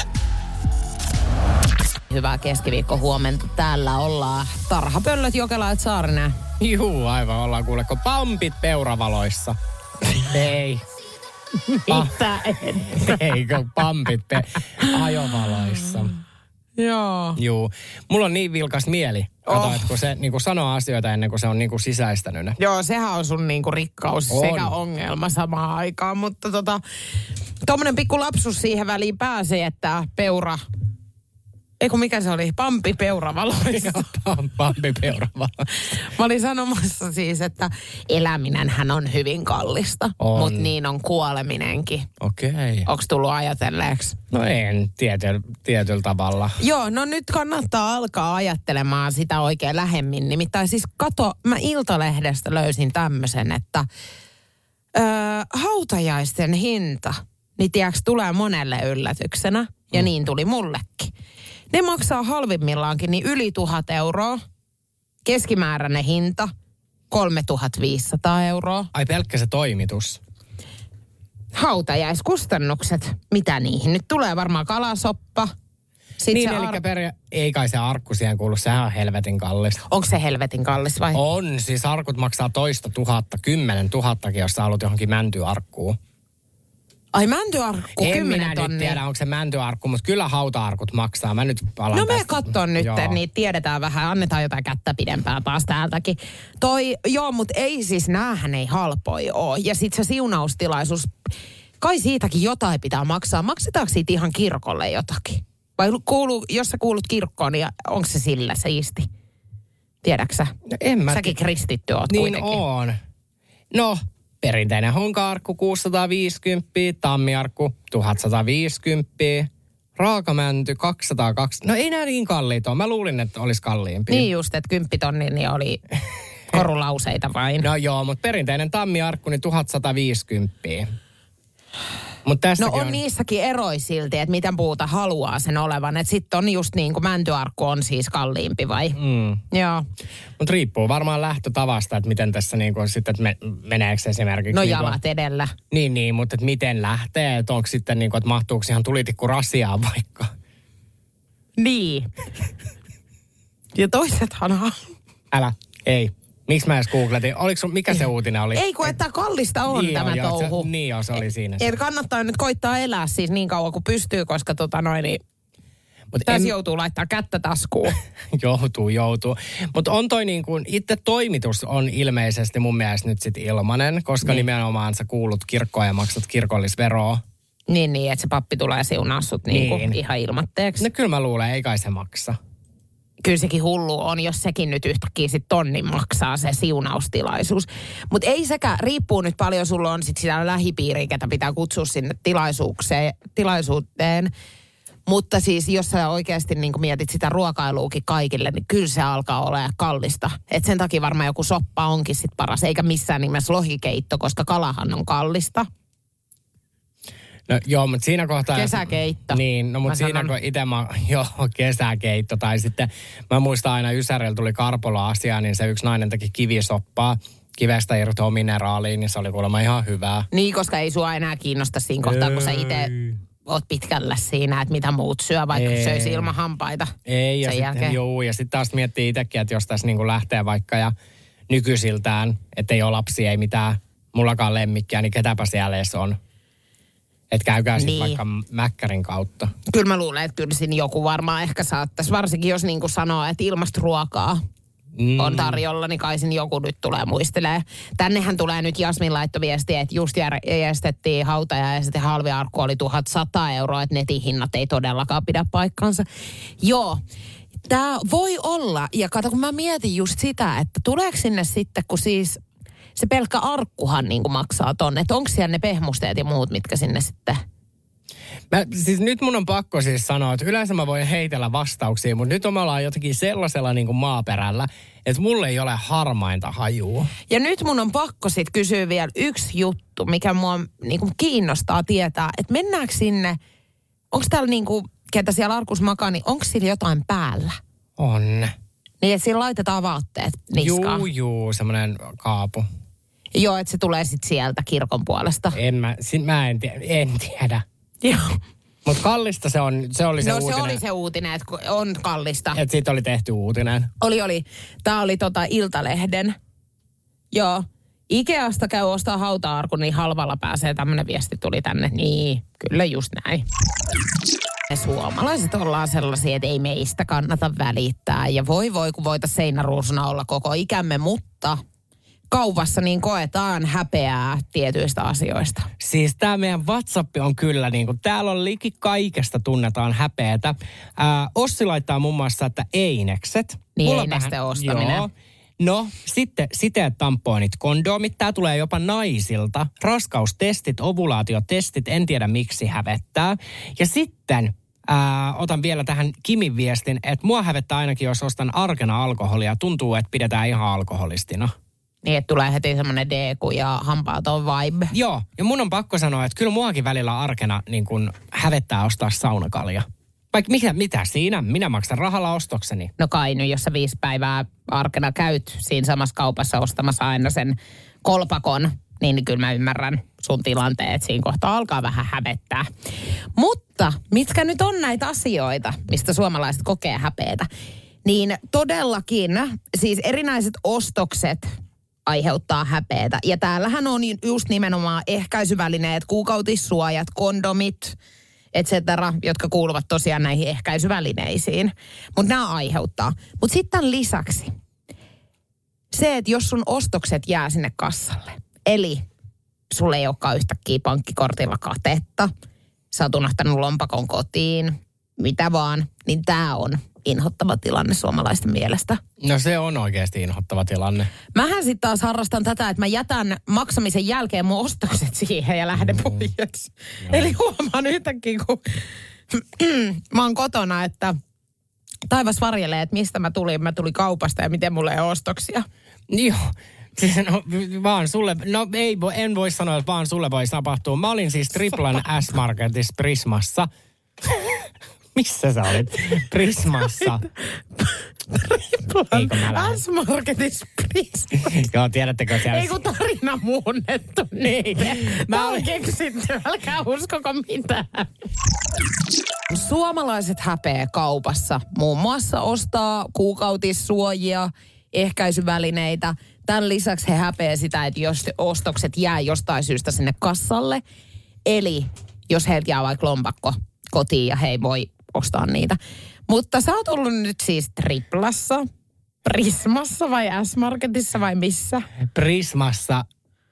Hyvää keskiviikko huomenta. Täällä ollaan Tarhapöllöt, Jokela et Saarinen. Juu, aivan ollaan kuuleko pampit peuravaloissa. Ei. Mitä en? Eikö pampit ajovaloissa. Joo. Juu. Mulla on niin vilkas mieli. Kato, että kun se niin sanoo asioita ennen kuin se on niin sisäistänyt ne. Joo, sehän on sun niinku rikkaus sekä ongelma samaan aikaan. Mutta tommonen pikku lapsus siihen väliin pääsee, että mikä se oli? Pampi peuravaloissa. Pampi peuravaloissa. Mä olin sanomassa siis, että eläminenhän on hyvin kallista, mutta niin on kuoleminenkin. Okei. Onks tullut ajatelleeksi? No en, tietyllä tavalla. Joo, no nyt kannattaa alkaa ajattelemaan sitä oikein lähemmin. Nimittäin siis mä Iltalehdestä löysin tämmöisen, että hautajaisten hinta, niin tiedätkö, tulee monelle yllätyksenä. Ja niin tuli mullekin. Ne maksaa halvimmillaankin niin yli 1 000 euroa. Keskimääräinen hinta 3 500 euroa. Ai pelkkä se toimitus. Hautajaiskustannukset, mitä niihin nyt tulee? Varmaan kalasoppa. Sitten niin, eli ei kai se arkku siihen kuulu, sehän on helvetin kallis. Onko se helvetin kallis vai? On, siis arkut maksaa 2 000, 10 000, jos sä haluat johonkin mäntyarkkuun. Ai mäntyarkku, 10 tonnia. En minä nyt tiedä, onko se mäntyarkku, mutta kyllä hauta-arkut maksaa. Mä nyt palaan No me tästä. katson nyt, niin tiedetään vähän, annetaan jotain kättä pidempää taas täältäkin. Mutta ei siis, näähän ei halpoi ole. Ja sit se siunaustilaisuus, kai siitäkin jotain pitää maksaa. Maksetaanko siitä ihan kirkolle jotakin? Vai jos sä kuulut kirkkoon, niin onko se sillä siisti? Tiedäksä? No en mä Säkin kristitty oot niin kuitenkin. Niin on. No, perinteinen honka-arkku 650, tammiarkku 1150, raakamänty 220. No ei nää niin kalliita ole. Mä luulin, että olisi kalliimpia. Niin just, että 10 tonni niin oli korulauseita vain. No joo, mutta perinteinen tammiarkku niin 1150. No on niissäkin eroja silti, että miten puuta haluaa sen olevan. Että sitten on just niin kuin mäntyarkku on siis kalliimpi vai? Joo. Mutta riippuu varmaan lähtötavasta, että miten tässä niin kuin sitten, että meneekö esimerkiksi... No niin jalat kuin, edellä. Niin, mutta että miten lähtee, että onko sitten niin kuin, että mahtuuko ihan tulitikku rasiaan vaikka? Niin. Ja toisethan... Älä, ei. Miksi mä edes googletin? Mikä se uutinen oli? Ei kun, että kallista on niin tämä touhu. Se oli siinä. Et kannattaa nyt koittaa elää siis niin kauan kuin pystyy, koska tässä joutuu laittaa kättä taskuun. joutuu. Mutta on toi niin kuin, itse toimitus on ilmeisesti mun mielestä nyt sit ilmanen, koska nimenomaan sä kuulut kirkkoon ja maksat kirkollisveroa. Niin, että se pappi tulee siunaa sut niin. Ihan ilmatteeksi. No kyllä mä luulen, ei kai se maksa. Kyllä sekin hullu on, jos sekin nyt yhtäkkiä sit tonnin maksaa se siunaustilaisuus. Mutta ei sekä, riippuu nyt paljon, sulla on sit sitä lähipiiriä, ketä pitää kutsua sinne tilaisuuteen. Mutta siis, jos sä oikeasti niin mietit sitä ruokailuukin kaikille, niin kyllä se alkaa olla kallista. Et sen takia varmaan joku soppa onkin sit paras, eikä missään nimessä lohikeitto, koska kalahan on kallista. No joo, mutta siinä kohtaa... Kesäkeitto. Niin, no mutta siinä kun itse kesäkeitto. Tai sitten mä muistan aina Ysärillä tuli Karpola-asiaa, niin se yksi nainen teki kivisoppaa. Kivestä irtoa mineraaliin, niin se oli kuulemma ihan hyvää. Niin, koska ei sua enää kiinnosta siinä kohtaa, kun sä itse oot pitkällä siinä, että mitä muut syö, vaikka söisi ilman hampaita. Ei, ja sitten taas miettii itsekin, että jos tässä niin lähtee vaikka ja nykyisiltään, että ei ole lapsia, ei mitään, mullakaan lemmikkiä, niin ketäpä siellä edes on. Että käykää sitten vaikka mäkkärin kautta. Kyllä mä luulen, että kyllä siinä joku varmaan ehkä saattaisi, varsinkin jos niin kuin sanoo, että ilmasta ruokaa. on tarjolla, niin kai joku nyt tulee muistelee. Tännehän tulee nyt Jasmin laittoviestiä, että just järjestettiin hautaja ja sitten halviarkku oli 1100 €, että netin hinnat ei todellakaan pidä paikkansa. Joo, tämä voi olla, ja kato kun mä mietin just sitä, että tuleeko sinne sitten, kun siis se pelkkä arkkuhan niin kuin maksaa tonne, että onko siellä ne pehmusteet ja muut, mitkä sinne sitten... Siis nyt mun on pakko siis sanoa, että yleensä mä voin heitellä vastauksia, mutta nyt me ollaan jotenkin sellaisella niin kuin maaperällä, että mulle ei ole harmainta hajua. Ja nyt mun on pakko sit kysyä vielä yksi juttu, mikä mua niin kuin kiinnostaa tietää, että mennäänkö sinne, onko täällä niin kuin, ketä siellä arkussa makaa, niin onko siellä jotain päällä? On. Niin, että siellä laitetaan vaatteet niskaan. Juu, semmoinen kaapu. Joo, että se tulee sitten sieltä kirkon puolesta. En tiedä. Joo. Mutta kallista se oli se uutinen. No se oli se uutinen, että on kallista. Että siitä oli tehty uutinen. Oli. Tämä oli Iltalehden. Joo. Ikeasta käy ostaa hauta-arkun, niin halvalla pääsee. Tämmöinen viesti tuli tänne. Niin, kyllä just näin. Me suomalaiset ollaan sellaisia, että ei meistä kannata välittää. Ja voi kun voitaisiin seinäruusuna olla koko ikämme, mutta... kaupassa niin koetaan häpeää tietyistä asioista. Siis tämä meidän WhatsApp on kyllä niin kuin, täällä on liki kaikesta tunnetaan häpeätä. Ossi laittaa muun muassa, että einekset. Niin einesten ostaminen. Joo. No, sitten siteet, tampoonit, kondoomit. Tämä tulee jopa naisilta. Raskaustestit, ovulaatiotestit, en tiedä miksi hävettää. Ja sitten... otan vielä tähän Kimin viestin, että mua hävettää ainakin, jos ostan arkena alkoholia. Tuntuu, että pidetään ihan alkoholistina. Niin, että tulee heti semmoinen deku ja hampaaton vibe. Joo, ja mun on pakko sanoa, että kyllä muakin välillä arkena niin kun hävettää ostaa saunakalja. Vaikka mitä siinä? Minä maksan rahalla ostokseni. No kai nyt, jos sä 5 päivää arkena käyt siinä samassa kaupassa ostamassa aina sen kolpakon, niin kyllä mä ymmärrän sun tilanteen, että siinä kohtaa alkaa vähän hävettää. Mutta mitkä nyt on näitä asioita, mistä suomalaiset kokee häpeätä? Niin todellakin, siis erinäiset ostokset aiheuttaa häpeätä. Ja täällähän on just nimenomaan ehkäisyvälineet, kuukautissuojat, kondomit, et cetera, jotka kuuluvat tosiaan näihin ehkäisyvälineisiin. Mutta nämä aiheuttaa. Mutta sitten lisäksi se, että jos sun ostokset jää sinne kassalle, eli sulle ei olekaan yhtäkkiä pankkikortilla katetta, sä oot unohtanut lompakon kotiin, mitä vaan, niin tämä on inhottava tilanne suomalaisten mielestä. No se on oikeasti inhottava tilanne. Mähän sitten taas harrastan tätä, että mä jätän maksamisen jälkeen mun ostokset siihen ja lähden pois. Eli huomaan yhtäkkiä, kun mä oon kotona, että taivas varjelee, että mistä mä tulin. Mä tulin kaupasta ja miten mulla ei ole ostoksia. Joo. No, vaan sulle, no en voi sanoa, että vaan sulle voi tapahtua. Mä olin siis Triplan S-Marketissa Prismassa. Missä sä olit? Prismassa. Triplan S-Marketissa Prismassa. Joo, tiedättekö siellä... Ei kun tarina muunnettu. Niin. Mä olen keksitty, älkää uskoko mitään. Suomalaiset häpeä kaupassa. Muun muassa ostaa kuukautissuojia, ehkäisyvälineitä. Tämän lisäksi he häpeä sitä, että jos ostokset jää jostain syystä sinne kassalle. Eli jos heiltä jää vaikka lompakko kotiin ja he ei voi ostaa niitä. Mutta sä oot ollut nyt siis Triplassa, Prismassa vai S-Marketissa vai missä? Prismassa.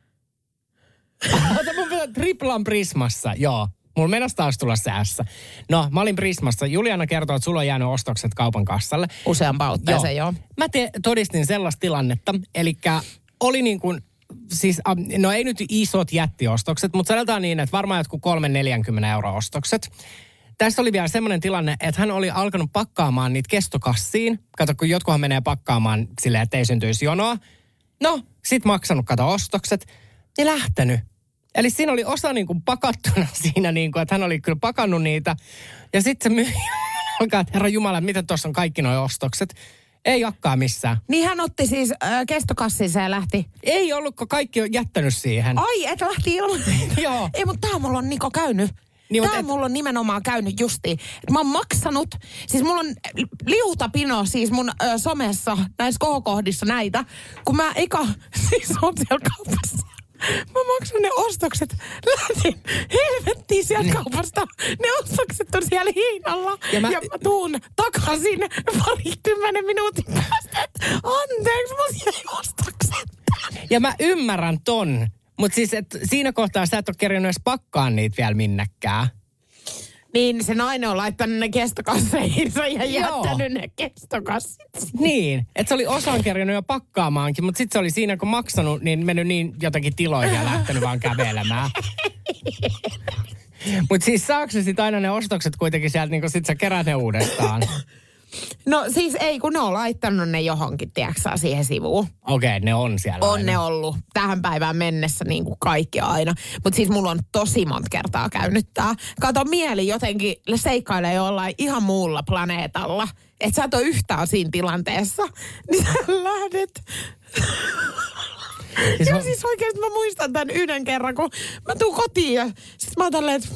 Triplan Prismassa, joo. Mulla mennäisi taas tulla se S. No, mä olin Prismassa. Juliana kertoo, että sulla on jäänyt ostokset kaupan kassalle. Useampaan otteeseen, joo. Mä todistin sellaista tilannetta. Elikkä oli niin kuin, siis, no ei nyt isot jättiostokset, mutta sanotaan niin, että varmaan jotkut 3-40 € ostokset. Tässä oli vielä semmoinen tilanne, että hän oli alkanut pakkaamaan niitä kestokassiin. Kato, kun jotkuhan menee pakkaamaan silleen, että ei syntyisi jonoa. No, sit maksanut, ostokset. Ja lähtenyt. Eli siinä oli osa niin kuin pakattuna siinä, niin kuin, että hän oli kyllä pakannut niitä. Ja sitten se myyjä alkaa, että herra Jumala, miten tuossa on kaikki nuo ostokset. Ei jakkaa missään. Niin hän otti siis kestokassinsa ja lähti. Ei ollut, kun kaikki on jättänyt siihen. Ai, et lähti ilman. Joo. Ei, mutta tää mulla on Niko käynyt. Niin, tää mulla on nimenomaan käynyt justiin. Mä oon maksanut, siis mulla on liutapino siis mun somessa, näissä kohokohdissa näitä. Kun mä siis on siellä kaupassa. Mä maksan ne ostokset. Lähdin helvettiin sieltä kaupasta. Ne ostokset on siellä hiinalla. Ja mä tuun takaisin 20 minuutin päästä. Anteeksi, mun jäi ostokset. Ja mä ymmärrän ton. Mutta siis siinä kohtaa sä et ole kerännyt edes pakkaan niitä vielä minnekään. Niin, se nainen on laittanut ne kestokasseihinsa ja jättänyt ne kestokassit. Niin, että se oli osan kerännyt jo pakkaamaankin, mutta sitten se oli siinä, kun maksanut, niin mennyt niin jotakin tiloihin ja lähtenyt vaan kävelemään. Mutta siis saako se sitten aina ne ostokset kuitenkin sieltä, niin kun sit sä kerät ne uudestaan? No siis ei, kun ne on laittanut ne johonkin, tiedätkö, siihen sivuun. Okei, ne on siellä on aina. Ne ollut tähän päivään mennessä niin kuin kaikki aina. Mutta siis mulla on tosi monta kertaa käynyt tää. Kato, mieli jotenkin seikkailee jollain ihan muulla planeetalla. Että sä et ole yhtään siinä tilanteessa. Niin sä lähdet. Siis oikeasti mä muistan tämän yhden kerran, kun mä tuun kotiin ja sit mä oon tälleen, että...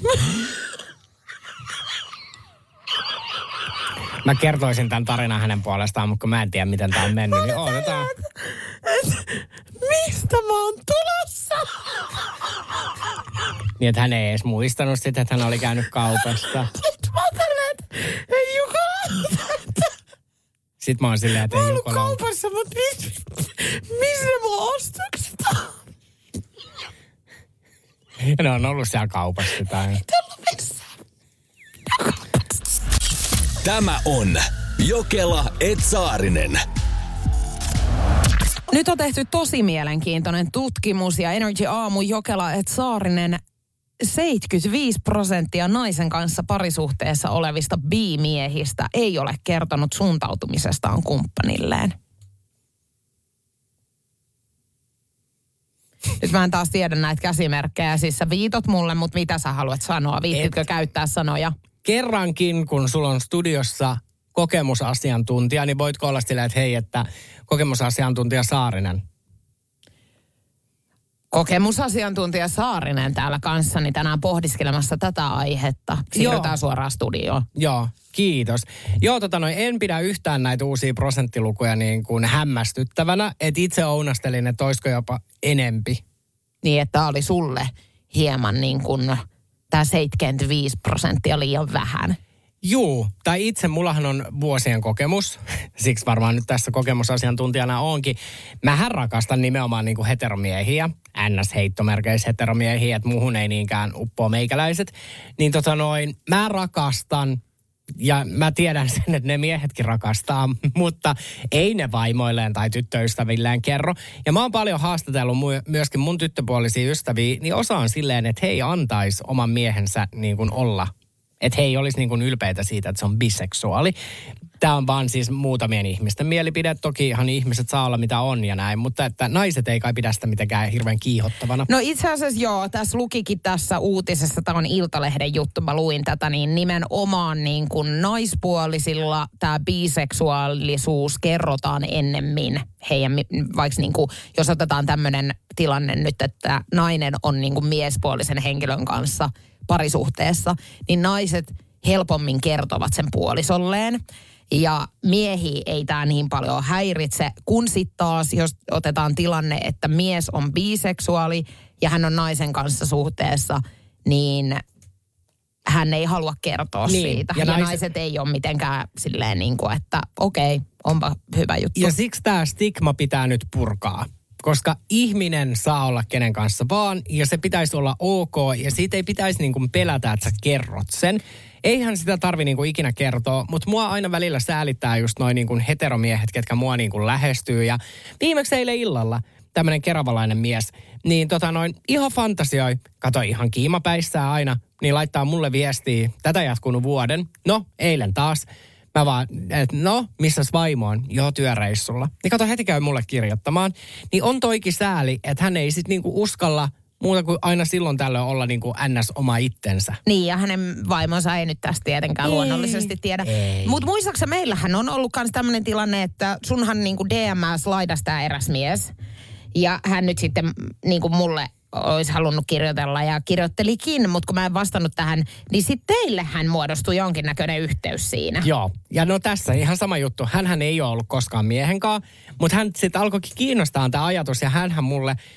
Mä kertoisin tämän tarinan hänen puolestaan, mutta kun mä en tiedä, miten tää on mennyt, niin odotetaan. Mistä mä oon tulossa? Niin, että hän ei edes muistanut sitä, että hän oli käynyt kaupassa. Sitten mä oon tälleen, että ei Jukola. Sitten mä oon silleen, että ei Jukola. Jukola. Mä oon ollut kaupassa, mutta missä ne mun ostokset on? Ne on ollut siellä kaupassa tai... Mitä ollut missään? Tämä on Jokela et Saarinen. Nyt on tehty tosi mielenkiintoinen tutkimus ja Energy Aamu Jokela et Saarinen 75% naisen kanssa parisuhteessa olevista bi-miehistä ei ole kertonut suuntautumisestaan kumppanilleen. Nyt mä en taas tiedä näitä käsimerkkejä. Siis sä viitot mulle, mutta mitä sä haluat sanoa? Viittitkö käyttää sanoja? Kerrankin, kun sulla on studiossa kokemusasiantuntija, niin voitko olla silleen, että hei, että kokemusasiantuntija Saarinen? Kokemusasiantuntija Saarinen täällä kanssani tänään pohdiskelemassa tätä aihetta. Siirrytään suoraan studioon. Joo, kiitos. Joo, en pidä yhtään näitä uusia prosenttilukuja niin kuin hämmästyttävänä, että itse ounastelin, että olisiko jopa enempi. Niin, että oli sulle hieman niin kuin tämä 75% liian vähän. Juu, tai itse mullahan on vuosien kokemus, siksi varmaan nyt tässä kokemusasiantuntijana onkin. Mähän rakastan nimenomaan niin kuin heteromiehiä, NS-heittomerkeissä heteromiehiä, että muuhun ei niinkään uppoa meikäläiset. Niin mä rakastan, ja mä tiedän sen, että ne miehetkin rakastaa, mutta ei ne vaimoilleen tai tyttöystävilleen kerro. Ja mä oon paljon haastatellut myöskin mun tyttöpuolisia ystäviä, niin osa on silleen, että he ei antaisi oman miehensä niin kuin olla. Että he ei olisi niin kuin ylpeitä siitä, että se on biseksuaali. Tämä on vaan siis muutamien ihmisten mielipide. Tokihan ihmiset saa olla mitä on ja näin, mutta että naiset ei kai pidä sitä mitenkään hirveän kiihottavana. No itse asiassa joo, tässä lukikin tässä uutisessa, tämä on Iltalehden juttu, mä luin tätä, niin nimenomaan niin kuin naispuolisilla tämä biseksuaalisuus kerrotaan ennemmin heidän, vaikka niin kuin, jos otetaan tämmöinen tilanne nyt, että nainen on niin kuin miespuolisen henkilön kanssa parisuhteessa, niin naiset helpommin kertovat sen puolisolleen. Ja miehiä ei tämä niin paljon häiritse, kun sitten taas, jos otetaan tilanne, että mies on biseksuaali ja hän on naisen kanssa suhteessa, niin hän ei halua kertoa siitä. Ja naiset ei ole mitenkään silleen niin kuin, että okei, onpa hyvä juttu. Ja siksi tämä stigma pitää nyt purkaa. Koska ihminen saa olla kenen kanssa vaan, ja se pitäisi olla ok, ja siitä ei pitäisi niin kuin pelätä, että sä kerrot sen. Eihän sitä tarvi niin kuin ikinä kertoa, mutta mua aina välillä säälittää just noin niin kuin heteromiehet, ketkä mua niin kuin lähestyy. Ja viimeksi eilen illalla tämmöinen keravalainen mies, niin ihan fantasioi, kato ihan kiimapäissään aina, niin laittaa mulle viestiä, tätä jatkunut vuoden. No, eilen taas. Mä vaan, että no, missäs vaimo on? Joo, työreissulla. Niin kato, heti käy mulle kirjoittamaan. Niin on toikin sääli, että hän ei sit niinku uskalla muuta kuin aina silloin tällöin olla niinku ns. Oma itsensä. Niin, ja hänen vaimonsa ei nyt tästä tietenkään luonnollisesti tiedä. Mutta muistaakseni meillähän on ollut myös tämmöinen tilanne, että sunhan niinku DM:s laidasi tää eräs mies. Ja hän nyt sitten niinku mulle olisi halunnut kirjoitella ja kirjoittelikin, mutta kun mä en vastannut tähän, niin sitten teillehän muodostui jonkinnäköinen yhteys siinä. Joo, ja no tässä ihan sama juttu. Hänhän ei ole ollut koskaan miehenkaan, mutta hän sitten alkoikin kiinnostaa tämä ajatus ja hänhän mulle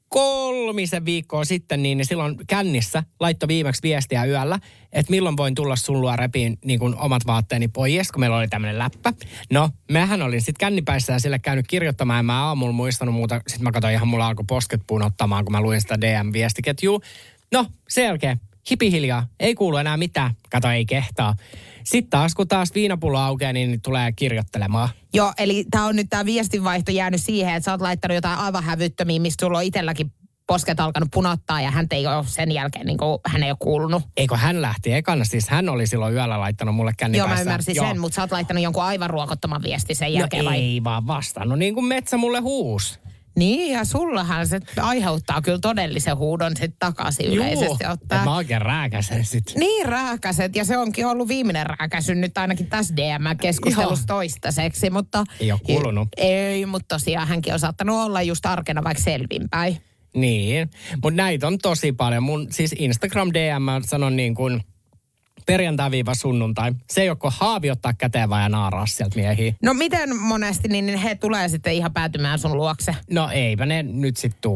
3 viikkoa sitten, niin silloin kännissä laittoi viimeksi viestiä yöllä, että milloin voin tulla sun luo repiin niin kuin omat vaatteeni pois, kun meillä oli tämmöinen läppä. No, mähän olin sitten kännipäissä ja sille käynyt kirjoittamaan, ja mä aamulla muistanut muuta. Sitten mä katsoin ihan, mulla alkoi posket punottamaan, kun mä luin sitä DM-viestiketjua. No, sen jälkeen hipihiljaa, ei kuulu enää mitään. Kato, ei kehtaa. Sitten taas, kun taas viinapullo aukeaa, niin tulee kirjoittelemaan. Joo, eli tämä viestinvaihto jäänyt siihen, että sä oot laittanut jotain aivan hävyttömiä, mistä sulla on itselläkin posket alkanut punottaa ja hän ei ole sen jälkeen, niin kuin, hän ei ole kuulunut. Eikö hän lähti ekana? Siis hän oli silloin yöllä laittanut mulle kännipäissä. Joo, mä ymmärsin sen, mutta sä oot laittanut jonkun aivan ruokottoman viesti sen jälkeen. No ei vaan vastannut, niin kuin metsä mulle huus. Niin, ja sullahan se aiheuttaa kyllä todellisen huudon sitten takaisin yleisesti ottaa. Mä oikein rääkäsen sit. Niin rääkäset, ja se onkin ollut viimeinen rääkäsy nyt ainakin tässä DM-keskustelussa toistaiseksi, mutta... Ei ole kuulunut. Ei, mutta tosiaan hänkin on saattanut olla just arkena vaikka selvinpäin. Niin, mutta näitä on tosi paljon. Mun siis Instagram DM, mä sanon niin kuin perjantai-sunnuntai. Se ei ole kuin haavi ottaa käteen vaan ja naaraa sieltä miehiä. No miten monesti, niin he tulee sitten ihan päätymään sun luokse? No eipä ne nyt sit tuu.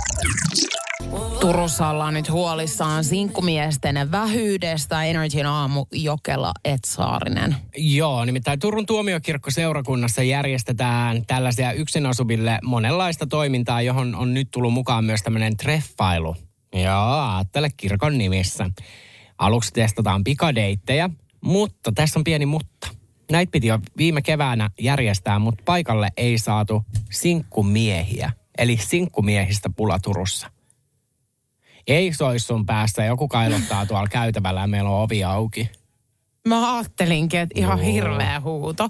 Turussa ollaan nyt huolissaan sinkkumiesten vähyydestä. Energin aamu Jokela Saarinen. Joo, nimittäin Turun tuomiokirkkoseurakunnassa järjestetään tällaisia yksin asuville monenlaista toimintaa, johon on nyt tullut mukaan myös tämmöinen treffailu. Joo, ajattele kirkon nimissä. Aluksi testataan pikadeittejä, mutta tässä on pieni mutta. Näitä piti jo viime keväänä järjestää, mutta paikalle ei saatu sinkkumiehiä. Eli sinkkumiehistä pula Turussa. Ei sois sun päässä, joku kailottaa tuolla käytävällä ja meillä on ovi auki. Mä ajattelinkin, että ihan hirveä huuto.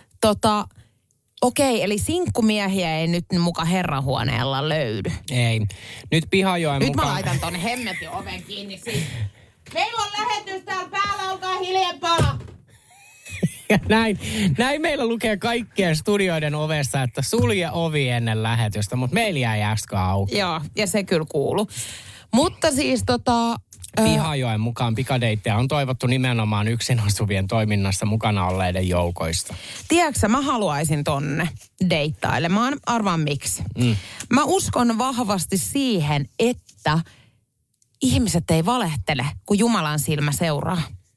Okei, eli sinkkumiehiä ei nyt muka herrahuoneella löydy. Ei. Nyt Pihajoen nyt mukaan... Nyt mä laitan ton hemmetin oven kiinni siis. Meillä on lähetys täällä päällä, olkaa hiljempaa. Ja näin meillä lukee kaikkien studioiden ovessa, että sulje ovi ennen lähetystä, mutta meillä jäi äsken auki. Joo, ja se kyllä kuuluu. Mutta siis Pihajoen mukaan pikadeittejä on toivottu nimenomaan yksin asuvien toiminnassa mukana olleiden joukoista. Tiedätkö, mä haluaisin tonne deittailemaan. Arvaan miksi. Mä uskon vahvasti siihen, että ihmiset ei valehtele, kun Jumalan silmä seuraa.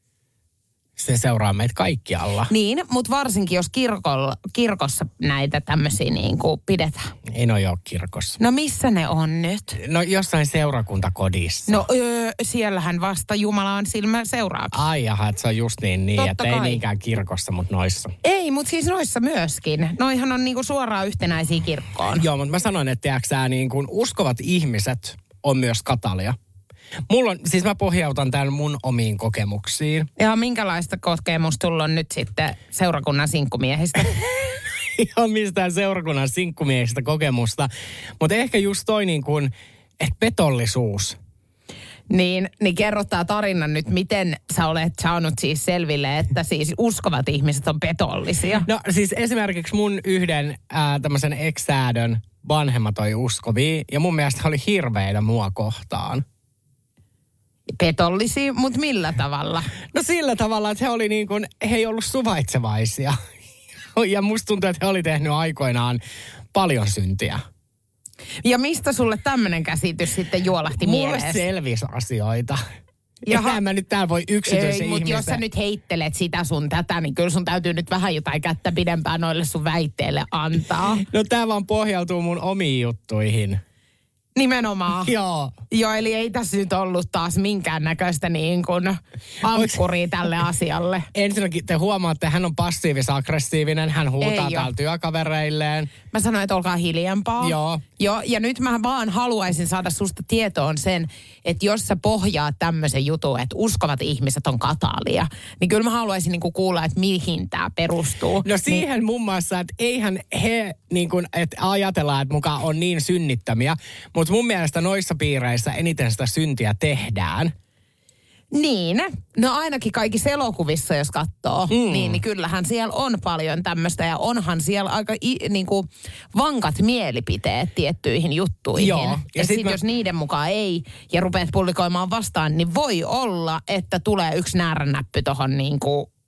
Se seuraa meitä kaikkialla. Niin, mutta varsinkin jos kirkossa näitä tämmöisiä niin kuin pidetään. Ei ne ole kirkossa. No missä ne on nyt? No jossain seurakuntakodissa. No siellähän vasta Jumalan silmä seuraa. Ai jaha, että se on just niin, totta että kai. ei niinkään kirkossa, mutta noissa. Ei, mutta siis noissa myöskin. Noihan on niinku suoraan yhtenäisiä kirkkoon. Joo, mutta mä sanoin, että tiedätkö niin kuin uskovat ihmiset on myös katalia. Siis mä pohjautan tämän mun omiin kokemuksiin. Ja minkälaista kokemusta sulla on nyt sitten seurakunnan sinkkumiehistä? Ihan mistään seurakunnan sinkkumiehistä kokemusta. Mutta ehkä just toi niin kuin, että petollisuus. Niin kerro tää tarina nyt, miten sä olet saanut siis selville, että siis uskovat ihmiset on petollisia. No siis esimerkiksi mun yhden tämmöisen ex-säädön vanhemmat oli uskovia ja mun mielestä oli hirveitä mua kohtaan. Petollisia, mutta millä tavalla? No sillä tavalla, että he oli niin kuin, he ei ollut suvaitsevaisia. Ja musta tuntuu, että he oli tehnyt aikoinaan paljon syntiä. Ja mistä sulle tämmöinen käsitys sitten juolahti mieleen? Mulle selvisi asioita. Eihän mä nyt täällä voi yksityisen ihmisen... Mutta jos sä nyt heittelet sitä sun tätä, niin kyllä sun täytyy nyt vähän jotain kättä pidempään noille sun väitteille antaa. No tää vaan pohjautuu mun omiin juttuihin. Nimenomaan. Joo. Joo, eli ei tässä nyt ollut taas minkäännäköistä niin kuin ankkuria tälle asialle. Ensinnäkin te huomaatte, hän on passiivis-aggressiivinen. Hän huutaa täällä työkavereilleen. Mä sanoin, että olkaa hiljempaa. Joo. Joo, ja nyt mä vaan haluaisin saada susta tietoon sen, että jos sä pohjaat tämmöisen jutun, että uskovat ihmiset on katalia, niin kyllä mä haluaisin niinku kuulla, että mihin tämä perustuu. No siihen muun muassa, että eihän he niin kuin, että ajatellaan, että mukaan on niin synnittömiä, mutta mun mielestä noissa piireissä eniten sitä syntiä tehdään. Niin, no ainakin kaikissa elokuvissa, jos katsoo, niin kyllähän siellä on paljon tämmöistä ja onhan siellä aika niinku vankat mielipiteet tiettyihin juttuihin. Joo. Ja sitten jos niiden mukaan ei ja rupeat publikoimaan vastaan, niin voi olla, että tulee yksi näärännäppy tohon niinku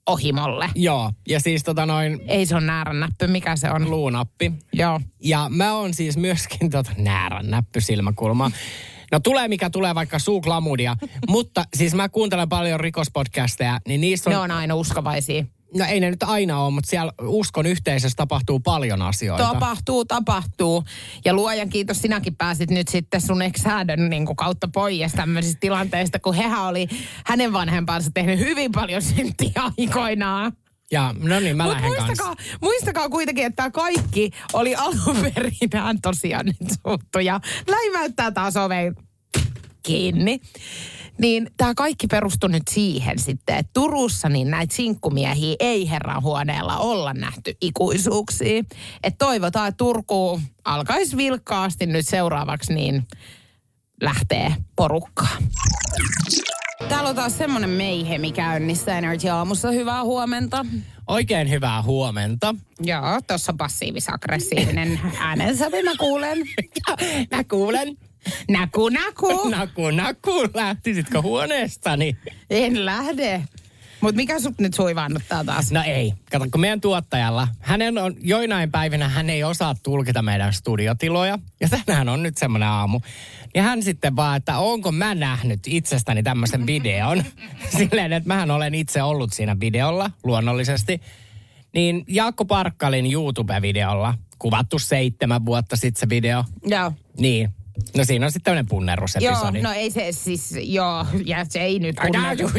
ohimolle. Joo, ja siis Ei se on näärännäppy, mikä se on? luunappi. Joo. Ja mä oon siis myöskin näärännäppy silmäkulma. No tulee mikä tulee, vaikka suuklamudia. Mutta siis mä kuuntelen paljon rikospodcasteja, niin niissä on... Ne on aina uskovaisia. No ei ne nyt aina ole, mutta siellä uskon yhteisössä tapahtuu paljon asioita. Tapahtuu. Ja luojan kiitos, sinäkin pääsit nyt sitten sun ex-häädön niin kautta pois tämmöisistä tilanteista, kun hehän oli hänen vanhempansa tehnyt hyvin paljon syntiä aikoinaan. Ja no niin, mä lähden kanssa. Muistakaa kuitenkin, että tämä kaikki oli alun perin, hän tosiaan nyt suuttu ja läimäyttää taas oveen kiinni. Niin tämä kaikki perustui nyt siihen sitten, että Turussa niin näitä sinkkumiehiä ei herran huoneella olla nähty ikuisuuksia. Että toivotaan, että Turkuun alkaisi vilkkaasti nyt seuraavaksi niin lähtee porukkaa. Täällä on taas semmoinen meihemi käynnissä Energy Aamussa. Hyvää huomenta. Oikein hyvää huomenta. Joo, tuossa passiivis-aggressiivinen äänensävy mä kuulen. Mä kuulen. Naku. Naku. Lähtisitkö huoneestani? En lähde. Mutta mikä sut nyt suivaannuttaa taas? No ei. Kato, kun meidän tuottajalla, hänen on joinain päivinä, hän ei osaa tulkita meidän studiotiloja. Ja tänään on nyt semmoinen aamu. Ja hän sitten vaan, että onko mä nähnyt itsestäni tämmöisen videon. Silleen, että mähän olen itse ollut siinä videolla, luonnollisesti. Niin Jaakko Parkkalin YouTube-videolla, kuvattu 7 vuotta sitten se video. Joo. Niin. No siinä on sitten tämmöinen punnerusepisodi. Joo, no ei se siis, ja se ei nyt punnerus.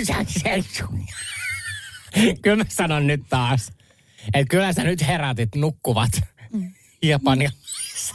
Kyllä mä sanon nyt taas, että kyllä sä nyt herätit nukkuvat japanialaiset.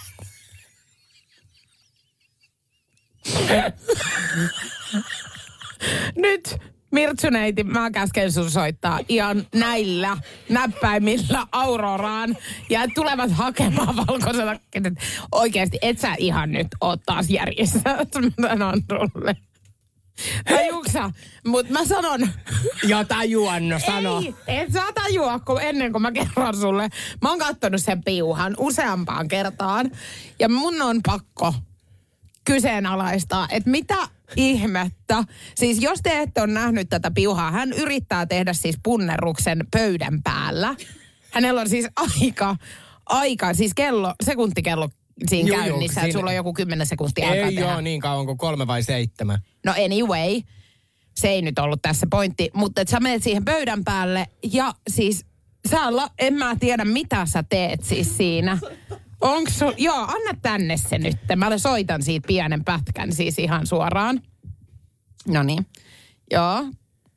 Nyt Mirtsuneiti, mä käsken sun soittaa ihan näillä näppäimillä Auroraan ja tulevat hakemaan valkoisella. Oikeasti, et sä ihan nyt oot taas järjessä, mä sanon sulle. Tajuuksä? Mut mä sanon... Jo tajuan, no sano. Ei, et saa tajua, ennen kuin mä kerron sulle. Mä oon kattonut sen piuhan useampaan kertaan ja mun on pakko kyseenalaistaa, että mitä ihmettä. Siis jos te ette ole nähnyt tätä piuhaa, hän yrittää tehdä siis punnerruksen pöydän päällä. Hänellä on siis aika siis sekuntikello siinä käynnissä, että sulla on joku 10 sekuntia aikaa tehdä. Ei ole niin kauan kuin 3 vai 7. No anyway, se ei nyt ollut tässä pointti, mutta että sä menet siihen pöydän päälle ja siis en mä tiedä mitä sä teet siis siinä. Joo, anna tänne se nyt. Mä soitan siitä pienen pätkän siis ihan suoraan. Noniin. Joo.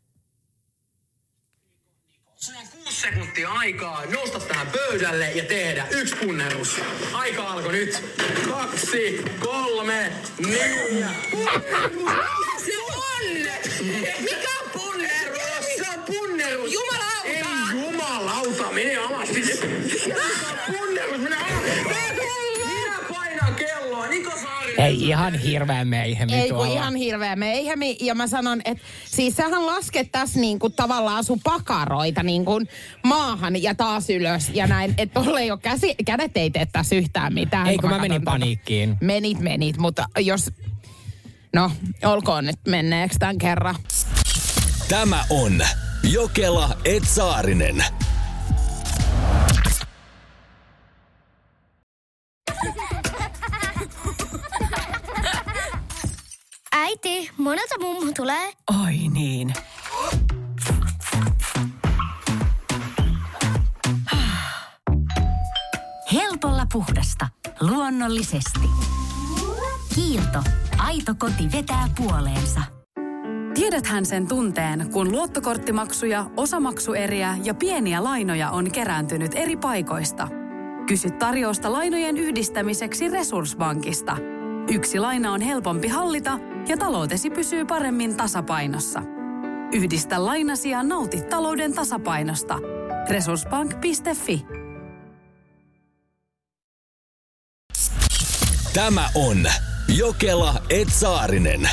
Sulla on 6 sekuntia aikaa nousta tähän pöydälle ja tehdä 1 punnerus. Aika alkoi nyt. 2, 3, 4. Se on! Mikä on punnerus? Se on punnerus. Jumalauta! Ei jumalauta, mene alas. Punnerus, mene alas. Minä painan kelloa. Niko Saarinen. Ei ihan hirveä meihemi ei, tuolla. Ei kun ihan hirveä meihemi. Ja mä sanon, että siis sähän lasket tässä niinku tavallaan sun pakaroita niinku maahan ja taas ylös ja näin. Että tolle ei ole kädet ei tee tässä yhtään mitään. Ei kun mä menin paniikkiin. Menit, mutta jos... No, olkoon nyt menneeksi tämän kerran. Tämä on Jokela et Saarinen. Äiti, monelta mummu tulee? Oi niin. Helpolla puhdasta. Luonnollisesti. Kiilto. Aito koti vetää puoleensa. Tiedäthän sen tunteen, kun luottokorttimaksuja, osamaksueriä ja pieniä lainoja on kerääntynyt eri paikoista. Kysy tarjousta lainojen yhdistämiseksi Resurssbankista. Yksi laina on helpompi hallita ja taloutesi pysyy paremmin tasapainossa. Yhdistä lainasi ja nauti talouden tasapainosta. Resurssbank.fi. Tämä on Jokela et Saarinen.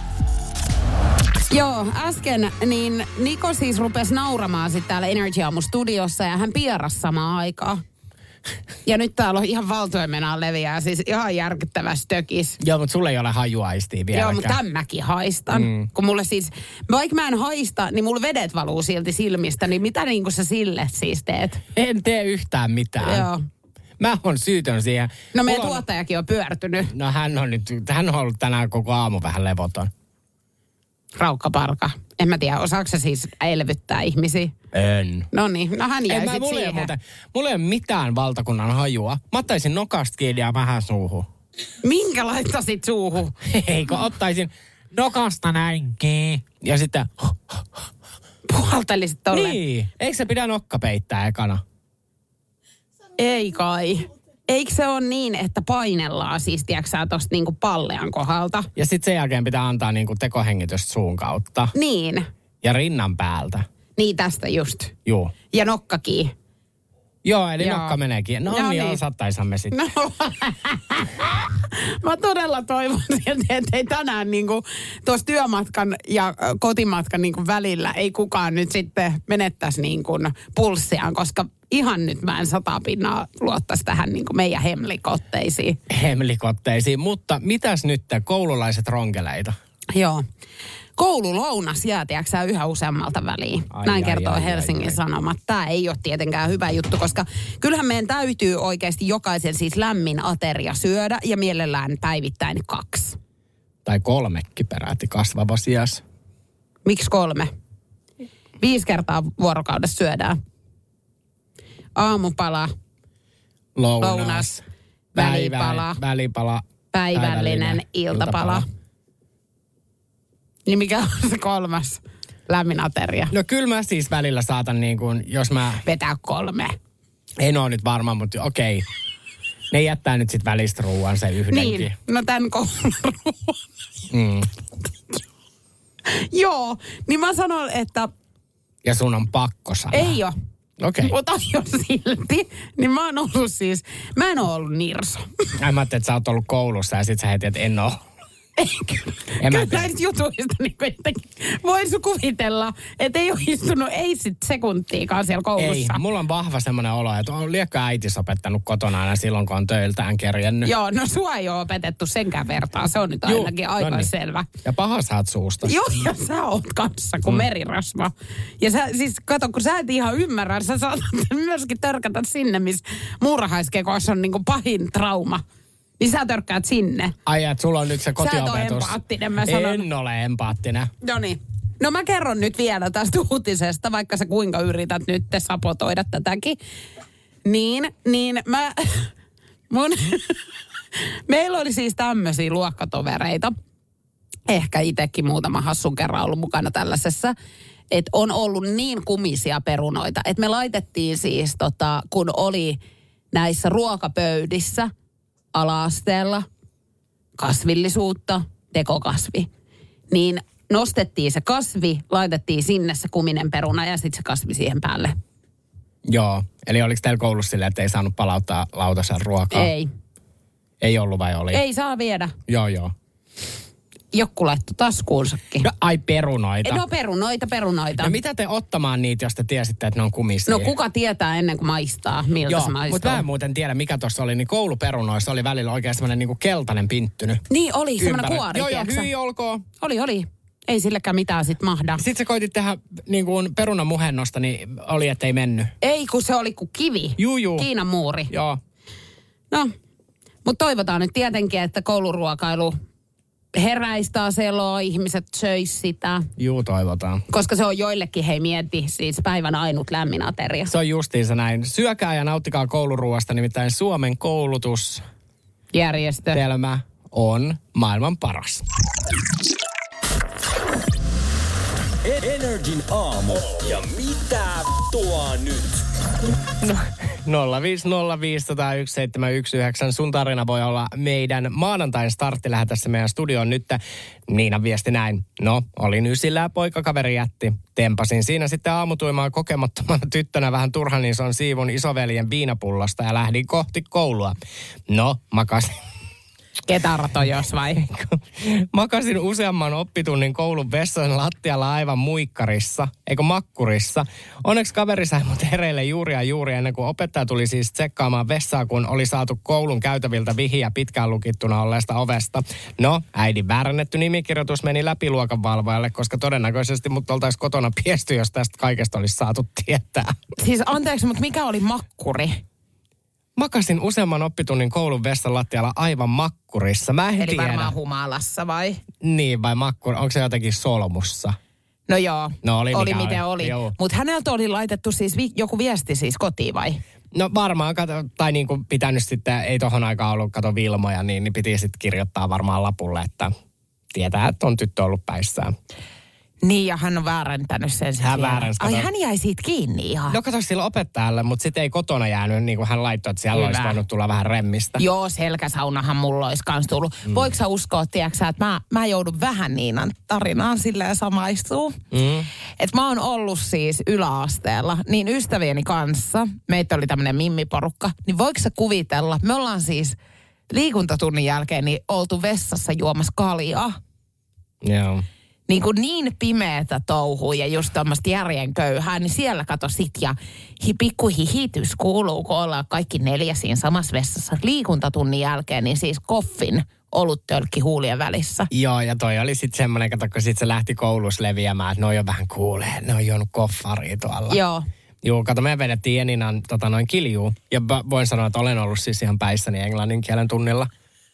Joo, äsken niin Niko siis rupesi nauramaan sitten täällä Energy Aamu studiossa ja hän pierasi samaan aikaan. Ja nyt täällä on ihan valtoimenaan leviää, siis ihan järkyttävä stökis. Joo, mutta sulla ei ole hajuaistia vieläkään. Joo, mutta tämän mäkin haistan. Kun mulle siis, vaikka mä en haista, niin mulla vedet valuu silti silmistä, niin mitä niin kuin sä sille siis teet? En tee yhtään mitään. Joo. Mä oon syytön siihen. No meidän tuottajakin on pyörtynyt. No hän on ollut tänään koko aamu vähän levoton. Raukkaparka. En mä tiedä, osaako se siis elvyttää ihmisiä? En. No niin, no hän jäi sit siihen. Mulla ei ole mitään valtakunnan hajua. Mä ottaisin nokasta kiinni ja vähän suuhun. Minkä laittaisit suuhun? Eikö ottaisin nokasta näin kiinni ja sitten... Puhaltelisit tolleen. Niin. Eikö se pidä nokka peittää ekana? Ei kai. Eikö se ole niin, että painellaan siis, tiedätkö sä, tosta niinku pallean kohdalta? Ja sitten sen jälkeen pitää antaa niinku tekohengitystä suun kautta. Niin. Ja rinnan päältä. Niin, tästä just. Juu. Ja nokkakin. Joo, eli nokka meneekin. No niin, sattaisamme sitten. No. Mä todella toivon, että ei tänään niinku tuossa työmatkan ja kotimatkan niinku välillä ei kukaan nyt sitten menettäisi niinku pulssiaan, koska ihan nyt mä en 100% luottaisi tähän niinku meidän hemlikotteisiin. Hemlikotteisiin, mutta mitäs nyt koululaiset ronkeleita? Joo. Koululounas jää, tiedätkö yhä useammalta väliin. Näin kertoo Helsingin Sanomat. Tämä ei ole tietenkään hyvä juttu, koska kyllähän meidän täytyy oikeasti jokaisen siis lämmin ateria syödä ja mielellään päivittäin 2. Tai 3 peräti kasvavassa iässä. Miksi 3? 5 kertaa vuorokaudessa syödään. Aamupala, lounas, välipala, päivällinen, iltapala. Niin mikä on se 3. lämmin ateria? No kyllä mä siis välillä saatan niin kuin, jos mä... Vetää 3. En ole nyt varma, mutta okei. Ne jättää nyt sit välistä ruuan sen yhdenkin. Niin, no tän kouluruuan. Joo, niin mä sanon, että... Ja sun on pakko sanoa. Ei oo. Okei. Mutta jos silti, niin mä oon ollut siis... Mä en oo ollut nirso. Mä ajattelin, että sä oot ollut koulussa ja sit sä heti, että en oo. Ei, kyllä näistä jutuista niin voisi kuvitella, että ei ole istunut ei sit sekuntiikaan siellä koulussa. Ei, mulla on vahva semmoinen olo, että on liekko äitis opettanut kotona aina silloin, kun on töiltään kerjennyt. Joo, no sua ei ole opetettu senkään vertaa, se on nyt ainakin aivan selvä. Ja paha sä oot suusta. Joo, ja sä oot kanssa kuin merirasva. Ja sä siis, kato, kun sä et ihan ymmärrä, sä saatat myöskin törkätä sinne, missä muurahaiskekossa on niinku pahin trauma. Niin sä törkkäät sinne. Ai, että sulla on nyt se kotiopetus. Sä et ole empaattinen, mä sanon. En ole empaattinen. Noniin. No mä kerron nyt vielä tästä uutisesta, vaikka sä kuinka yrität nyt sabotoida tätäkin. Niin mä... Meillä oli siis tämmöisiä luokkatovereita. Ehkä itsekin muutama hassun kerran ollut mukana tällaisessa. Että on ollut niin kumisia perunoita. Että me laitettiin siis kun oli näissä ruokapöydissä ala-asteella kasvillisuutta, tekokasvi. Niin nostettiin se kasvi, laitettiin sinne se kuminen peruna ja sitten se kasvi siihen päälle. Joo, eli oliko teillä koulussa silleen, että ei saanut palauttaa lautasen ruokaa? Ei. Ei ollut vai oli? Ei saa viedä. Joo. Joku laittoi taskuunsakin. No, ai perunoita. No perunoita. No mitä te ottamaan niitä, jos te tiesitte, että ne on kumisia? No kuka tietää ennen kuin maistaa, miltä se maistuu. Mutta mä en muuten tiedä, mikä tuossa oli, niin kouluperunoissa oli välillä oikein semmoinen niinku keltainen pinttynyt. Niin oli, semmoinen kuori. Joo, hyi olkoon. Oli. Ei silläkään mitään sit mahda. Sitten sä koitit tehdä niin kuin perunamuhennosta, niin oli, että ei mennyt. Ei, kun se oli kuin kivi. Juu. Kiinan muuri. Joo. No, mutta toivotaan nyt tietenkin, että kouluruokailu heräistää seloa, ihmiset söis sitä. Juu, toivotaan. Koska se on joillekin, hei mieti, siis päivän ainut lämmin ateria. Se on justiinsa näin. Syökää ja nauttikaa kouluruoasta, nimittäin Suomen koulutusjärjestelmä on maailman paras. Energin aamu. Ja mitä tuo nyt? No, 050501719. Sun tarina voi olla meidän maanantain starttilähetössä meidän studioon nyt. Niina viesti näin. No, olin ysillä ja poikakaveri jätti. Tempasin siinä sitten aamutuimaan kokemattomana tyttönä vähän turhan ison siivun isoveljen viinapullosta ja lähdin kohti koulua. No, makasin. Ketarotojos vai? Makasin useamman oppitunnin koulun vessan lattialla aivan muikkarissa, eikö makkurissa. Onneksi kaveri sai mut hereille juuri ennen kuin opettaja tuli siis tsekkaamaan vessaa, kun oli saatu koulun käytäviltä vihiä pitkään lukittuna olleesta ovesta. No, äidin väärännetty nimikirjoitus meni läpi luokanvalvojalle, koska todennäköisesti mut oltaisiin kotona piesty, jos tästä kaikesta olisi saatu tietää. Siis anteeksi, mutta mikä oli makkuri? Makasin useamman oppitunnin koulun vessan lattialla aivan makkurissa. Mä en Eli tiedä. varmaan humalassa vai? Niin, vai makkuri? Onko se jotenkin solmussa? No joo, No oli miten oli. Mutta häneltä oli laitettu siis joku viesti siis kotiin vai? No varmaan, tai niin kuin pitänyt sitten, ei tohon aikaan ollut Vilmoja, niin piti sitten kirjoittaa varmaan lapulle, että tietää, että on tyttö ollut päissään. Niin, ja hän on vääräntänyt sen. Hän vääränsi. Ai, hän jäi siitä kiinni ihan. No kato sillä opettajalle, mutta sitten ei kotona jäänyt, niin kuin hän laittoi, että siellä olisi voinut tulla vähän remmistä. Joo, selkäsaunahan mulla olisi kans tullut. Voiko sä uskoa, tiedätkö, että mä joudun vähän Niinan tarinaan silleen samaistuu. Että mä oon ollut siis yläasteella, niin ystävieni kanssa, meitä oli tämmönen mimmiporukka, niin voiko sä kuvitella, me ollaan siis liikuntatunnin jälkeen niin oltu vessassa juomassa kaljaa. Joo. Niin pimeätä touhua ja just tuommoista järjen köyhää, niin siellä kato sit ja pikku hihitys kuuluu, kun ollaan kaikki 4 siinä samassa vessassa liikuntatunnin jälkeen, niin siis koffin oluttölkki huulien välissä. Joo, ja toi oli sitten semmoinen, kato, kun sit se lähti koulussa leviämään, että noi on vähän kuulee, ne on juonut koffaria tuolla. Joo. Joo, kato, me vedettiin Jeninan kiljuun, ja voin sanoa, että olen ollut siis ihan päissäni englannin kielen tunnilla.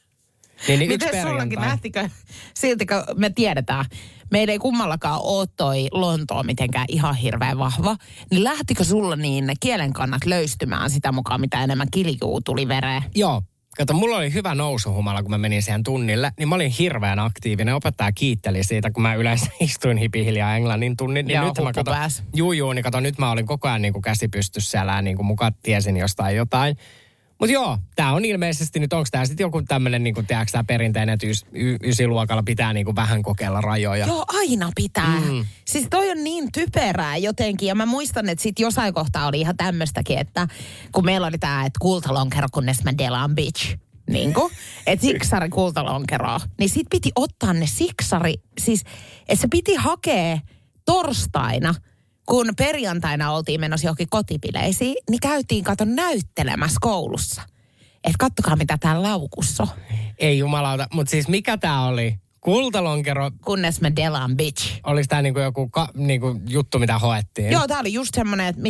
Niin miten sullakin nähtikö, silti kun me tiedetään, meillä ei kummallakaan ole toi Lontoa mitenkään ihan hirveän vahva, niin lähtikö sulla niin ne kielenkannat löystymään sitä mukaan, mitä enemmän kiljuu tuli vereen? Joo. Kato, mulla oli hyvä nousuhumala, kun mä menin siihen tunnille, niin mä olin hirveän aktiivinen. Opettaja kiitteli siitä, kun mä yleensä istuin hipihiljaa englannin tunnin. Niin joo, nyt mä kato, niin kato, nyt mä olin koko ayan niin kuin käsi pystyssä siellä ja niin kuin mukaan tiesin jostain jotain. Mutta joo, tää on ilmeisesti nyt, onko tää sitten joku tämmönen niinku, tiedätkö tää perinteinen, että ysiluokalla pitää niinku vähän kokeilla rajoja. Joo, aina pitää. Siis toi on niin typerää jotenkin, ja mä muistan, että sit jossain kohtaa oli ihan tämmöstäkin, että kun meillä oli tää, että kultalonkero, kunnes mä delaan bitch. Niinku, että siksari kultalonkeroa. Niin sit piti ottaa ne siksari, siis, että se piti hakea torstaina, kun perjantaina oltiin menossa johonkin kotipileisiin, niin käytiin näyttelemässä koulussa. Että kattokaa mitä täällä laukussa on. Ei jumalauta, mutta siis mikä tää oli? Kultalonkero? Kunnes mä delaan bitch. Olis tää niinku joku niinku juttu, mitä hoettiin? Joo, tää oli just semmonen, että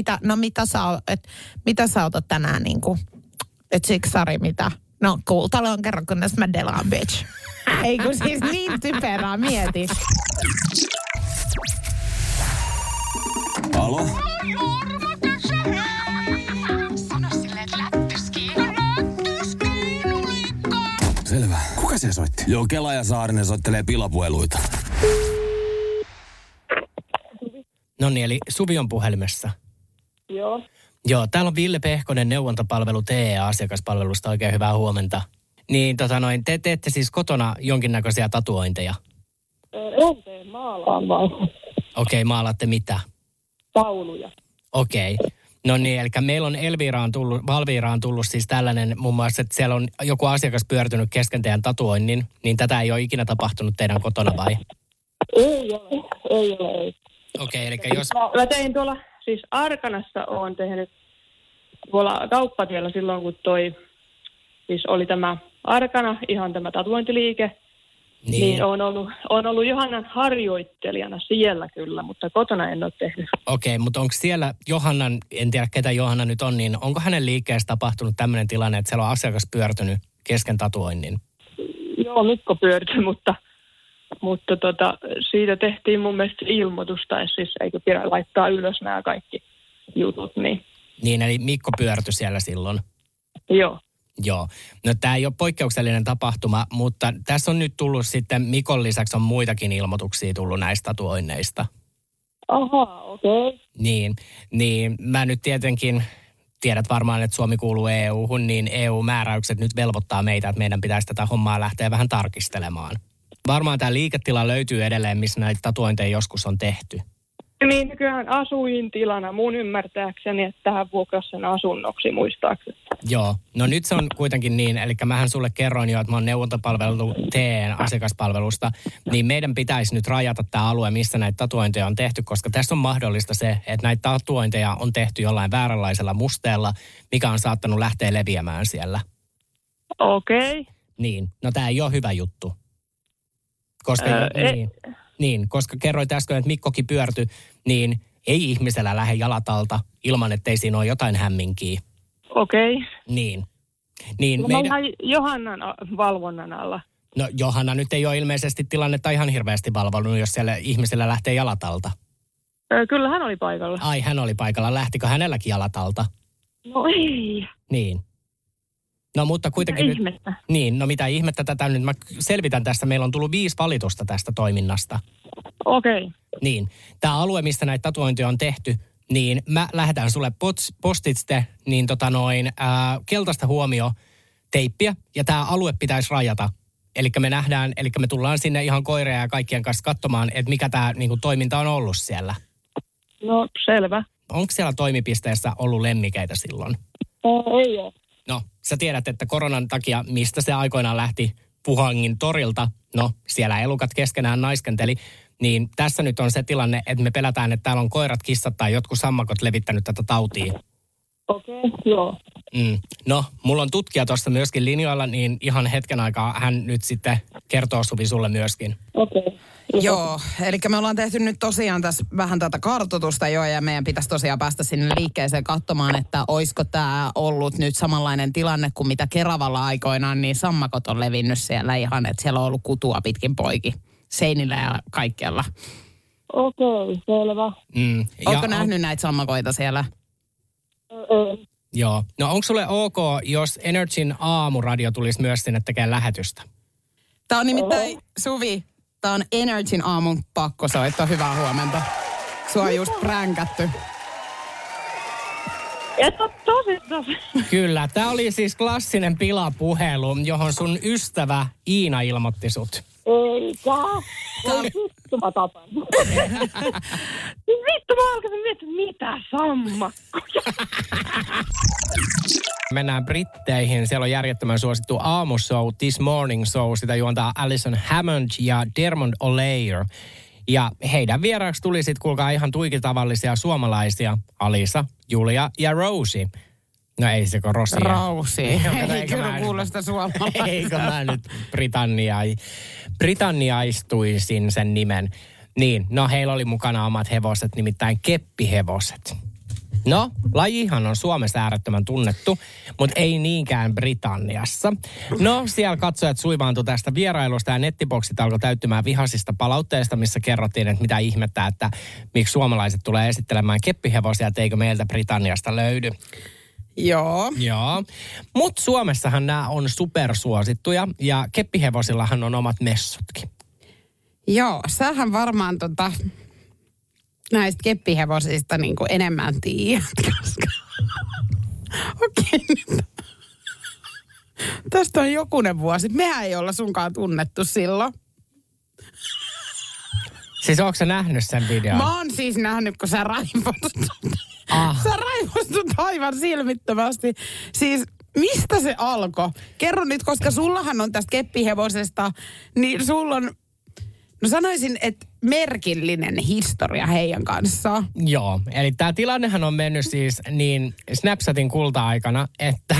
mitä sä otat tänään niinku, että siksari mitä? No kultalonkero, kunnes mä delaan bitch. Ei kun siis niin typerää, mieti. Alo? Sano silleen, että lättyskiin. Selvä. Kuka se soitti? Joo, Kela ja Saarinen soittelee pilapueluita. Noniin, eli Suvi on puhelimessa. Joo. Joo, täällä on Ville Pehkonen, neuvontapalvelu TE-asiakaspalvelusta. Oikein hyvää huomenta. Niin, te teette siis kotona jonkinnäköisiä tatuointeja? En tee, maalaan vaan. Okei, maalaatte mitä? Tauluja. Okei. No niin, eli meillä on Valviraan tullut siis tällainen muun muassa, että siellä on joku asiakas pyörtynyt kesken teidän tatuoinnin, niin tätä ei ole ikinä tapahtunut teidän kotona vai? Ei ole. Okei, eli jos... Mä tein tuolla, siis Arkanassa oon tehnyt tuolla kauppatiellä silloin, kun siis oli tämä Arkana, ihan tämä tatuointiliike. Niin on ollut Johannan harjoittelijana siellä kyllä, mutta kotona en ole tehnyt. Okei, mutta onko siellä Johannan, en tiedä ketä Johanna nyt on, niin onko hänen liikkeessä tapahtunut tämmöinen tilanne, että siellä on asiakas pyörtynyt kesken tatuoinnin? Joo, Mikko pyörtyi, mutta siitä tehtiin mun mielestä ilmoitus, tai siis eikö pidä laittaa ylös nämä kaikki jutut, niin. Niin, eli Mikko pyörtyi siellä silloin? Joo. Joo. No tämä ei ole poikkeuksellinen tapahtuma, mutta tässä on nyt tullut sitten Mikon lisäksi on muitakin ilmoituksia tullut näistä tatuoinneista. Aha, okei. Niin mä nyt tietenkin, tiedät varmaan, että Suomi kuuluu EU-hun, niin EU-määräykset nyt velvoittaa meitä, että meidän pitäisi tätä hommaa lähteä vähän tarkistelemaan. Varmaan tämä liiketila löytyy edelleen, missä näitä tatuointeja joskus on tehty. Niin, nykyään asuintilana mun ymmärtääkseni, että tähän vuokrasi sen asunnoksi muistaakseni. Joo, no nyt se on kuitenkin niin, eli mähän sulle kerroin jo, että mä oon neuvontapalvelu TEen asiakaspalvelusta, niin meidän pitäisi nyt rajata tämä alue, missä näitä tatuointeja on tehty, koska tässä on mahdollista se, että näitä tatuointeja on tehty jollain vääränlaisella musteella, mikä on saattanut lähteä leviämään siellä. Okei. Niin, no tämä ei ole hyvä juttu. Koska, koska kerroit äsken, että Mikkokin pyörtyi, niin ei ihmisellä lähde jalat alta ilman, ettei siinä ole jotain hämminkiä. Okei. Niin. No meidän... Johannan valvonnan alla. No Johanna nyt ei ole ilmeisesti tilannetta ihan hirveästi valvonut, jos siellä ihmisellä lähtee jalat alta. Kyllä hän oli paikalla. Ai, hän oli paikalla. Lähtikö hänelläkin jalat alta? No ei. Niin. No mutta kuitenkin mitä ihmettä? Niin, no mitä ihmettä tätä nyt. Mä selvitän tässä. Meillä on tullut 5 valitusta tästä toiminnasta. Okei. Niin. Tämä alue, mistä näitä tatuointeja on tehty, niin mä lähetän sulle postitse niin keltaista huomioteippiä ja tämä alue pitäisi rajata. Eli me tullaan sinne ihan koireja ja kaikkien kanssa katsomaan, että mikä tämä niinku toiminta on ollut siellä. No selvä. Onko siellä toimipisteessä ollut lemmikeitä silloin? Ei ole. No, sä tiedät, että koronan takia, mistä se aikoinaan lähti Puhangin torilta, no siellä elukat keskenään naiskenteli, niin tässä nyt on se tilanne, että me pelätään, että täällä on koirat, kissat tai jotkut sammakot levittänyt tätä tautia. Okei, joo. No, mulla on tutkija tuossa myöskin linjoilla, niin ihan hetken aikaa hän nyt sitten kertoo Suvi sulle myöskin. Okei. Joo, eli me ollaan tehty nyt tosiaan tässä vähän tätä kartoitusta jo ja meidän pitäisi tosiaan päästä sinne liikkeeseen katsomaan, että olisiko tämä ollut nyt samanlainen tilanne kuin mitä Keravalla aikoinaan, niin sammakot on levinnyt siellä ihan, että siellä on ollut kutua pitkin poiki seinillä ja kaikkialla. Okei, selvä. Oletko nähnyt näitä sammakoita siellä? Joo. No onko sulle ok, jos Energyn aamuradio tulisi myös sinne tekemään lähetystä? Tämä on nimittäin, Suvi, tämä on Energyn aamun pakkosoitto. Hyvää huomenta. Sua on just pränkätty. Et ole tosi. Kyllä, tämä oli siis klassinen pilapuhelu, johon sun ystävä Iina ilmoitti sut. Eikä. Vittu mä tapan. Vittu mä alkaisin miettiä, mitä sammakkoja. Mennään Britteihin. Siellä on järjettömän suosittu aamushow, This Morning Show. Sitä juontaa Alison Hammond ja Dermot O'Leary. Ja heidän vieraaksi tuli sitten, kuulkaa, ihan tuikitavallisia suomalaisia. Alisa, Julia ja Rosie. No ei se kun Rosie. Rosie. Ei kyllä kuulosta suomalaista. Eikö mä nyt britanniaistuisin sen nimen. Niin, no heillä oli mukana omat hevoset, nimittäin keppihevoset. No, lajihan on Suomessa äärettömän tunnettu, mutta ei niinkään Britanniassa. No, siellä katsojat suivaantui tästä vierailusta ja nettiboksit alkoi täyttymään vihaisista palautteista, missä kerrottiin, että mitä ihmettä, että miksi suomalaiset tulee esittelemään keppihevosia, että eikö meiltä Britanniasta löydy. Joo. Mutta Suomessahan nämä on supersuosittuja ja keppihevosillahan on omat messutkin. Joo, sähän varmaan näistä keppihevosista niin kuin enemmän tiedät, koska... Okei, nyt. Tästä on jokunen vuosi. Mehän ei olla sunkaan tunnettu silloin. Siis ootko sä nähnyt sen videon? Mä oon siis nähnyt, kun sä raivostut. Sä raivostut aivan silmittömästi. Siis mistä se alkoi? Kerro nyt, koska sullahan on tästä keppihevosesta, niin sulla on... No sanoisin, että merkillinen historia heidän kanssaan. Joo, eli tämä tilannehan on mennyt siis niin Snapchatin kulta-aikana, että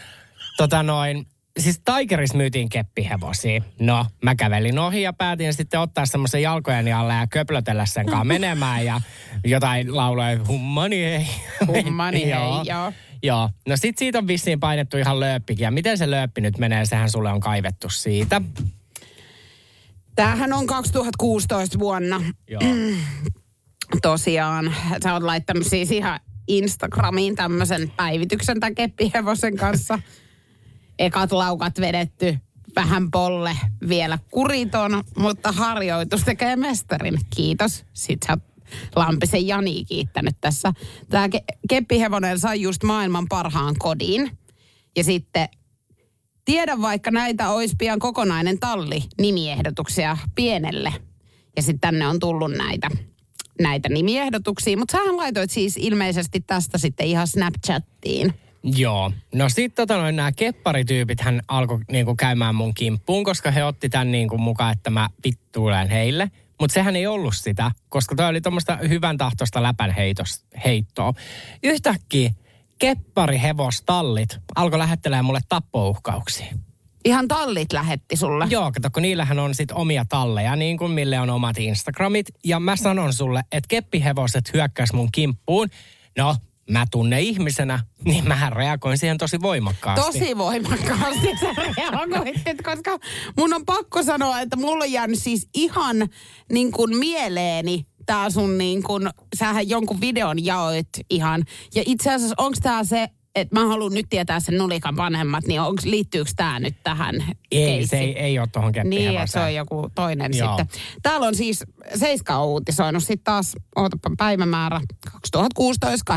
siis Tigerissa myytiin keppihevosia. No, mä kävelin ohi ja päätin sitten ottaa semmoisen jalkojeni alle ja köplötellä sen kanssa menemään ja jotain lauloja, hummani hei. Hummani hei, joo. Joo, no sit siitä on vissiin painettu ihan lööppikin. Ja miten se lööppi nyt menee, sehän sulle on kaivettu siitä. Tämähän on 2016 vuonna. Joo. Tosiaan, sä oot laittanut siis ihan Instagramiin tämmöisen päivityksen tämän keppihevosen kanssa. Ekat laukat vedetty, vähän polle, vielä kuriton, mutta harjoitus tekee mestarin. Kiitos. Sitten sä oot Lampisen Jani kiittänyt tässä. Tämä keppihevonen sai just maailman parhaan kodin. Ja sitten tiedän, vaikka näitä olisi pian kokonainen talli nimiehdotuksia pienelle. Ja sitten tänne on tullut näitä näitä nimiehdotuksia, mutta sähän laitoit siis ilmeisesti tästä sitten ihan Snapchattiin. Joo. No sitten nämä kepparityypit hän alkoi niinku käymään mun kimppuun, koska he otti tämän niinku mukaan, että mä vittuilen heille. Mutta sehän ei ollut sitä, koska toi oli tuommoista hyvän tahtoista läpänheittoa. Yhtäkkiä kepparihevostallit alkoi lähettelemään mulle tappouhkauksia. Ihan tallit lähetti sulle? Joo, kato, kun niillähän on sit omia talleja, niin kuin mille on omat Instagramit. Ja mä sanon sulle, että keppihevoset hyökkäis mun kimppuun. No, mä tunnen ihmisenä, niin mähän reagoin siihen tosi voimakkaasti. Tosi voimakkaasti sä reagoit, koska mun on pakko sanoa, että mulla on jäänyt siis ihan niin kuin mieleeni tää sun niin kuin, sähän jonkun videon jaoit ihan. Ja itse asiassa onko tää se, että mä haluan nyt tietää sen Nulikan vanhemmat, niin liittyykö tämä nyt tähän Ei, se ei ole tuohon keppihevoseen. Niin, se on joku toinen sitten. Täällä on siis, Seiska on uutisoinut sitten taas, ootapa päivämäärä, 2016,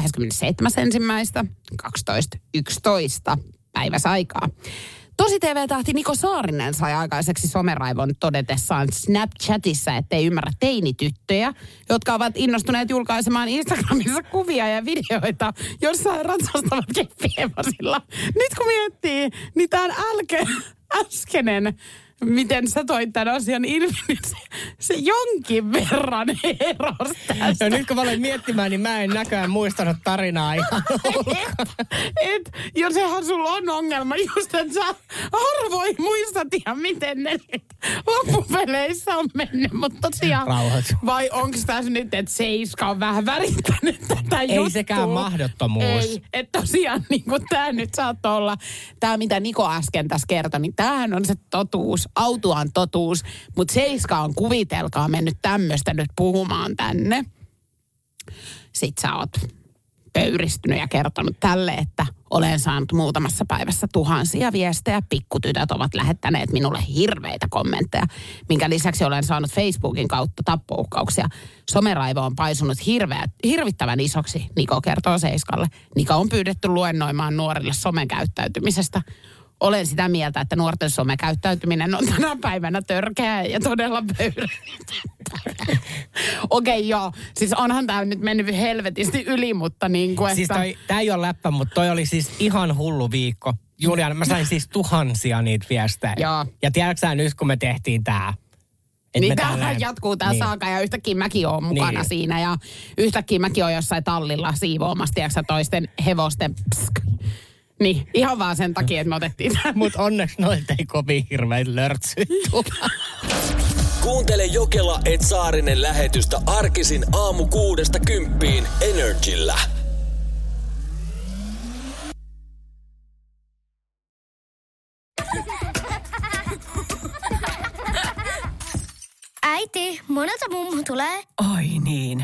27.1.12.11 päiväsaikaa. Tosi TV-tähti Niko Saarinen sai aikaiseksi someraivon todetessaan Snapchatissa, ettei ymmärrä teinityttöjä, jotka ovat innostuneet julkaisemaan Instagramissa kuvia ja videoita, jossa ratsastavat keppihevosilla. Nyt kun miettii, niin tämä äskeinen, miten sä toit tämän asian ilmi, niin se jonkin verran erosi tästä. No nyt kun mä olen miettimään, niin mä en näköjään muistanut tarinaa ihan jo sehän sulla on ongelma just, että sä harvoin muistat ihan miten ne loppupeleissä on mennyt, mutta tosiaan. Rauhoitu. Vai onko tässä nyt, että Seiska on vähän värittänyt tätä juttua? Ei sekään mahdottomuus. Ei, että tosiaan niin kuin tämä nyt saattoi olla, tämä mitä Niko äsken tässä kertoi, niin tämähän on se totuus. Autuaan totuus, mutta Seiska on kuvitelkaa mennyt tämmöistä nyt puhumaan tänne. Sitten sä oot pöyristynyt ja kertonut tälle, että olen saanut muutamassa päivässä tuhansia viestejä. Pikkutytöt ovat lähettäneet minulle hirveitä kommentteja, minkä lisäksi olen saanut Facebookin kautta tappouhkauksia. Someraivo on paisunut hirvittävän isoksi, Niko kertoo Seiskalle. Niko on pyydetty luennoimaan nuorille somen käyttäytymisestä. Olen sitä mieltä, että nuorten somekäyttäytyminen on tänä päivänä törkeää ja todella pöyristyttävää. Okei, joo. Siis onhan tämä nyt mennyt helvetisti yli, mutta niin kuin, että... Siis tämä ei ole läppä, mutta toi oli siis ihan hullu viikko. Juliana, mä sain siis tuhansia niitä viestejä. Joo. Ja tiedätkö sä nyt, kun me tehtiin tää? Niin tämähän jatkuu tää saaka ja yhtäkkiä mäkin oon mukana siinä. Ja yhtäkkiä mäkin oon jossain tallilla siivoamassa, tiedätkö toisten hevosten Niin, ihan vaan sen takia, että me otettiin tämän. Mutta onneksi noilta ei kovin hirvein lörtsyt tule. Kuuntele Jokela et Saarinen lähetystä arkisin aamu 6–10 Energillä. Äiti, monelta mummu tulee? Oi niin.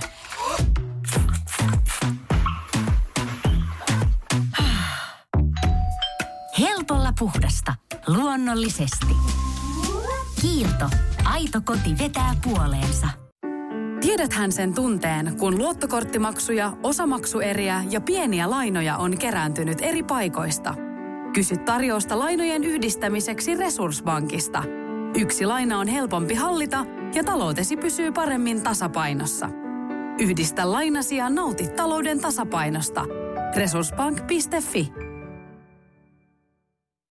Helpolla puhdasta. Luonnollisesti. Kiilto. Aito koti vetää puoleensa. Tiedäthän sen tunteen, kun luottokorttimaksuja, osamaksueriä ja pieniä lainoja on kerääntynyt eri paikoista. Kysy tarjousta lainojen yhdistämiseksi Resurssbankista. Yksi laina on helpompi hallita ja taloutesi pysyy paremmin tasapainossa. Yhdistä lainasi ja nauti talouden tasapainosta. Resurssbank.fi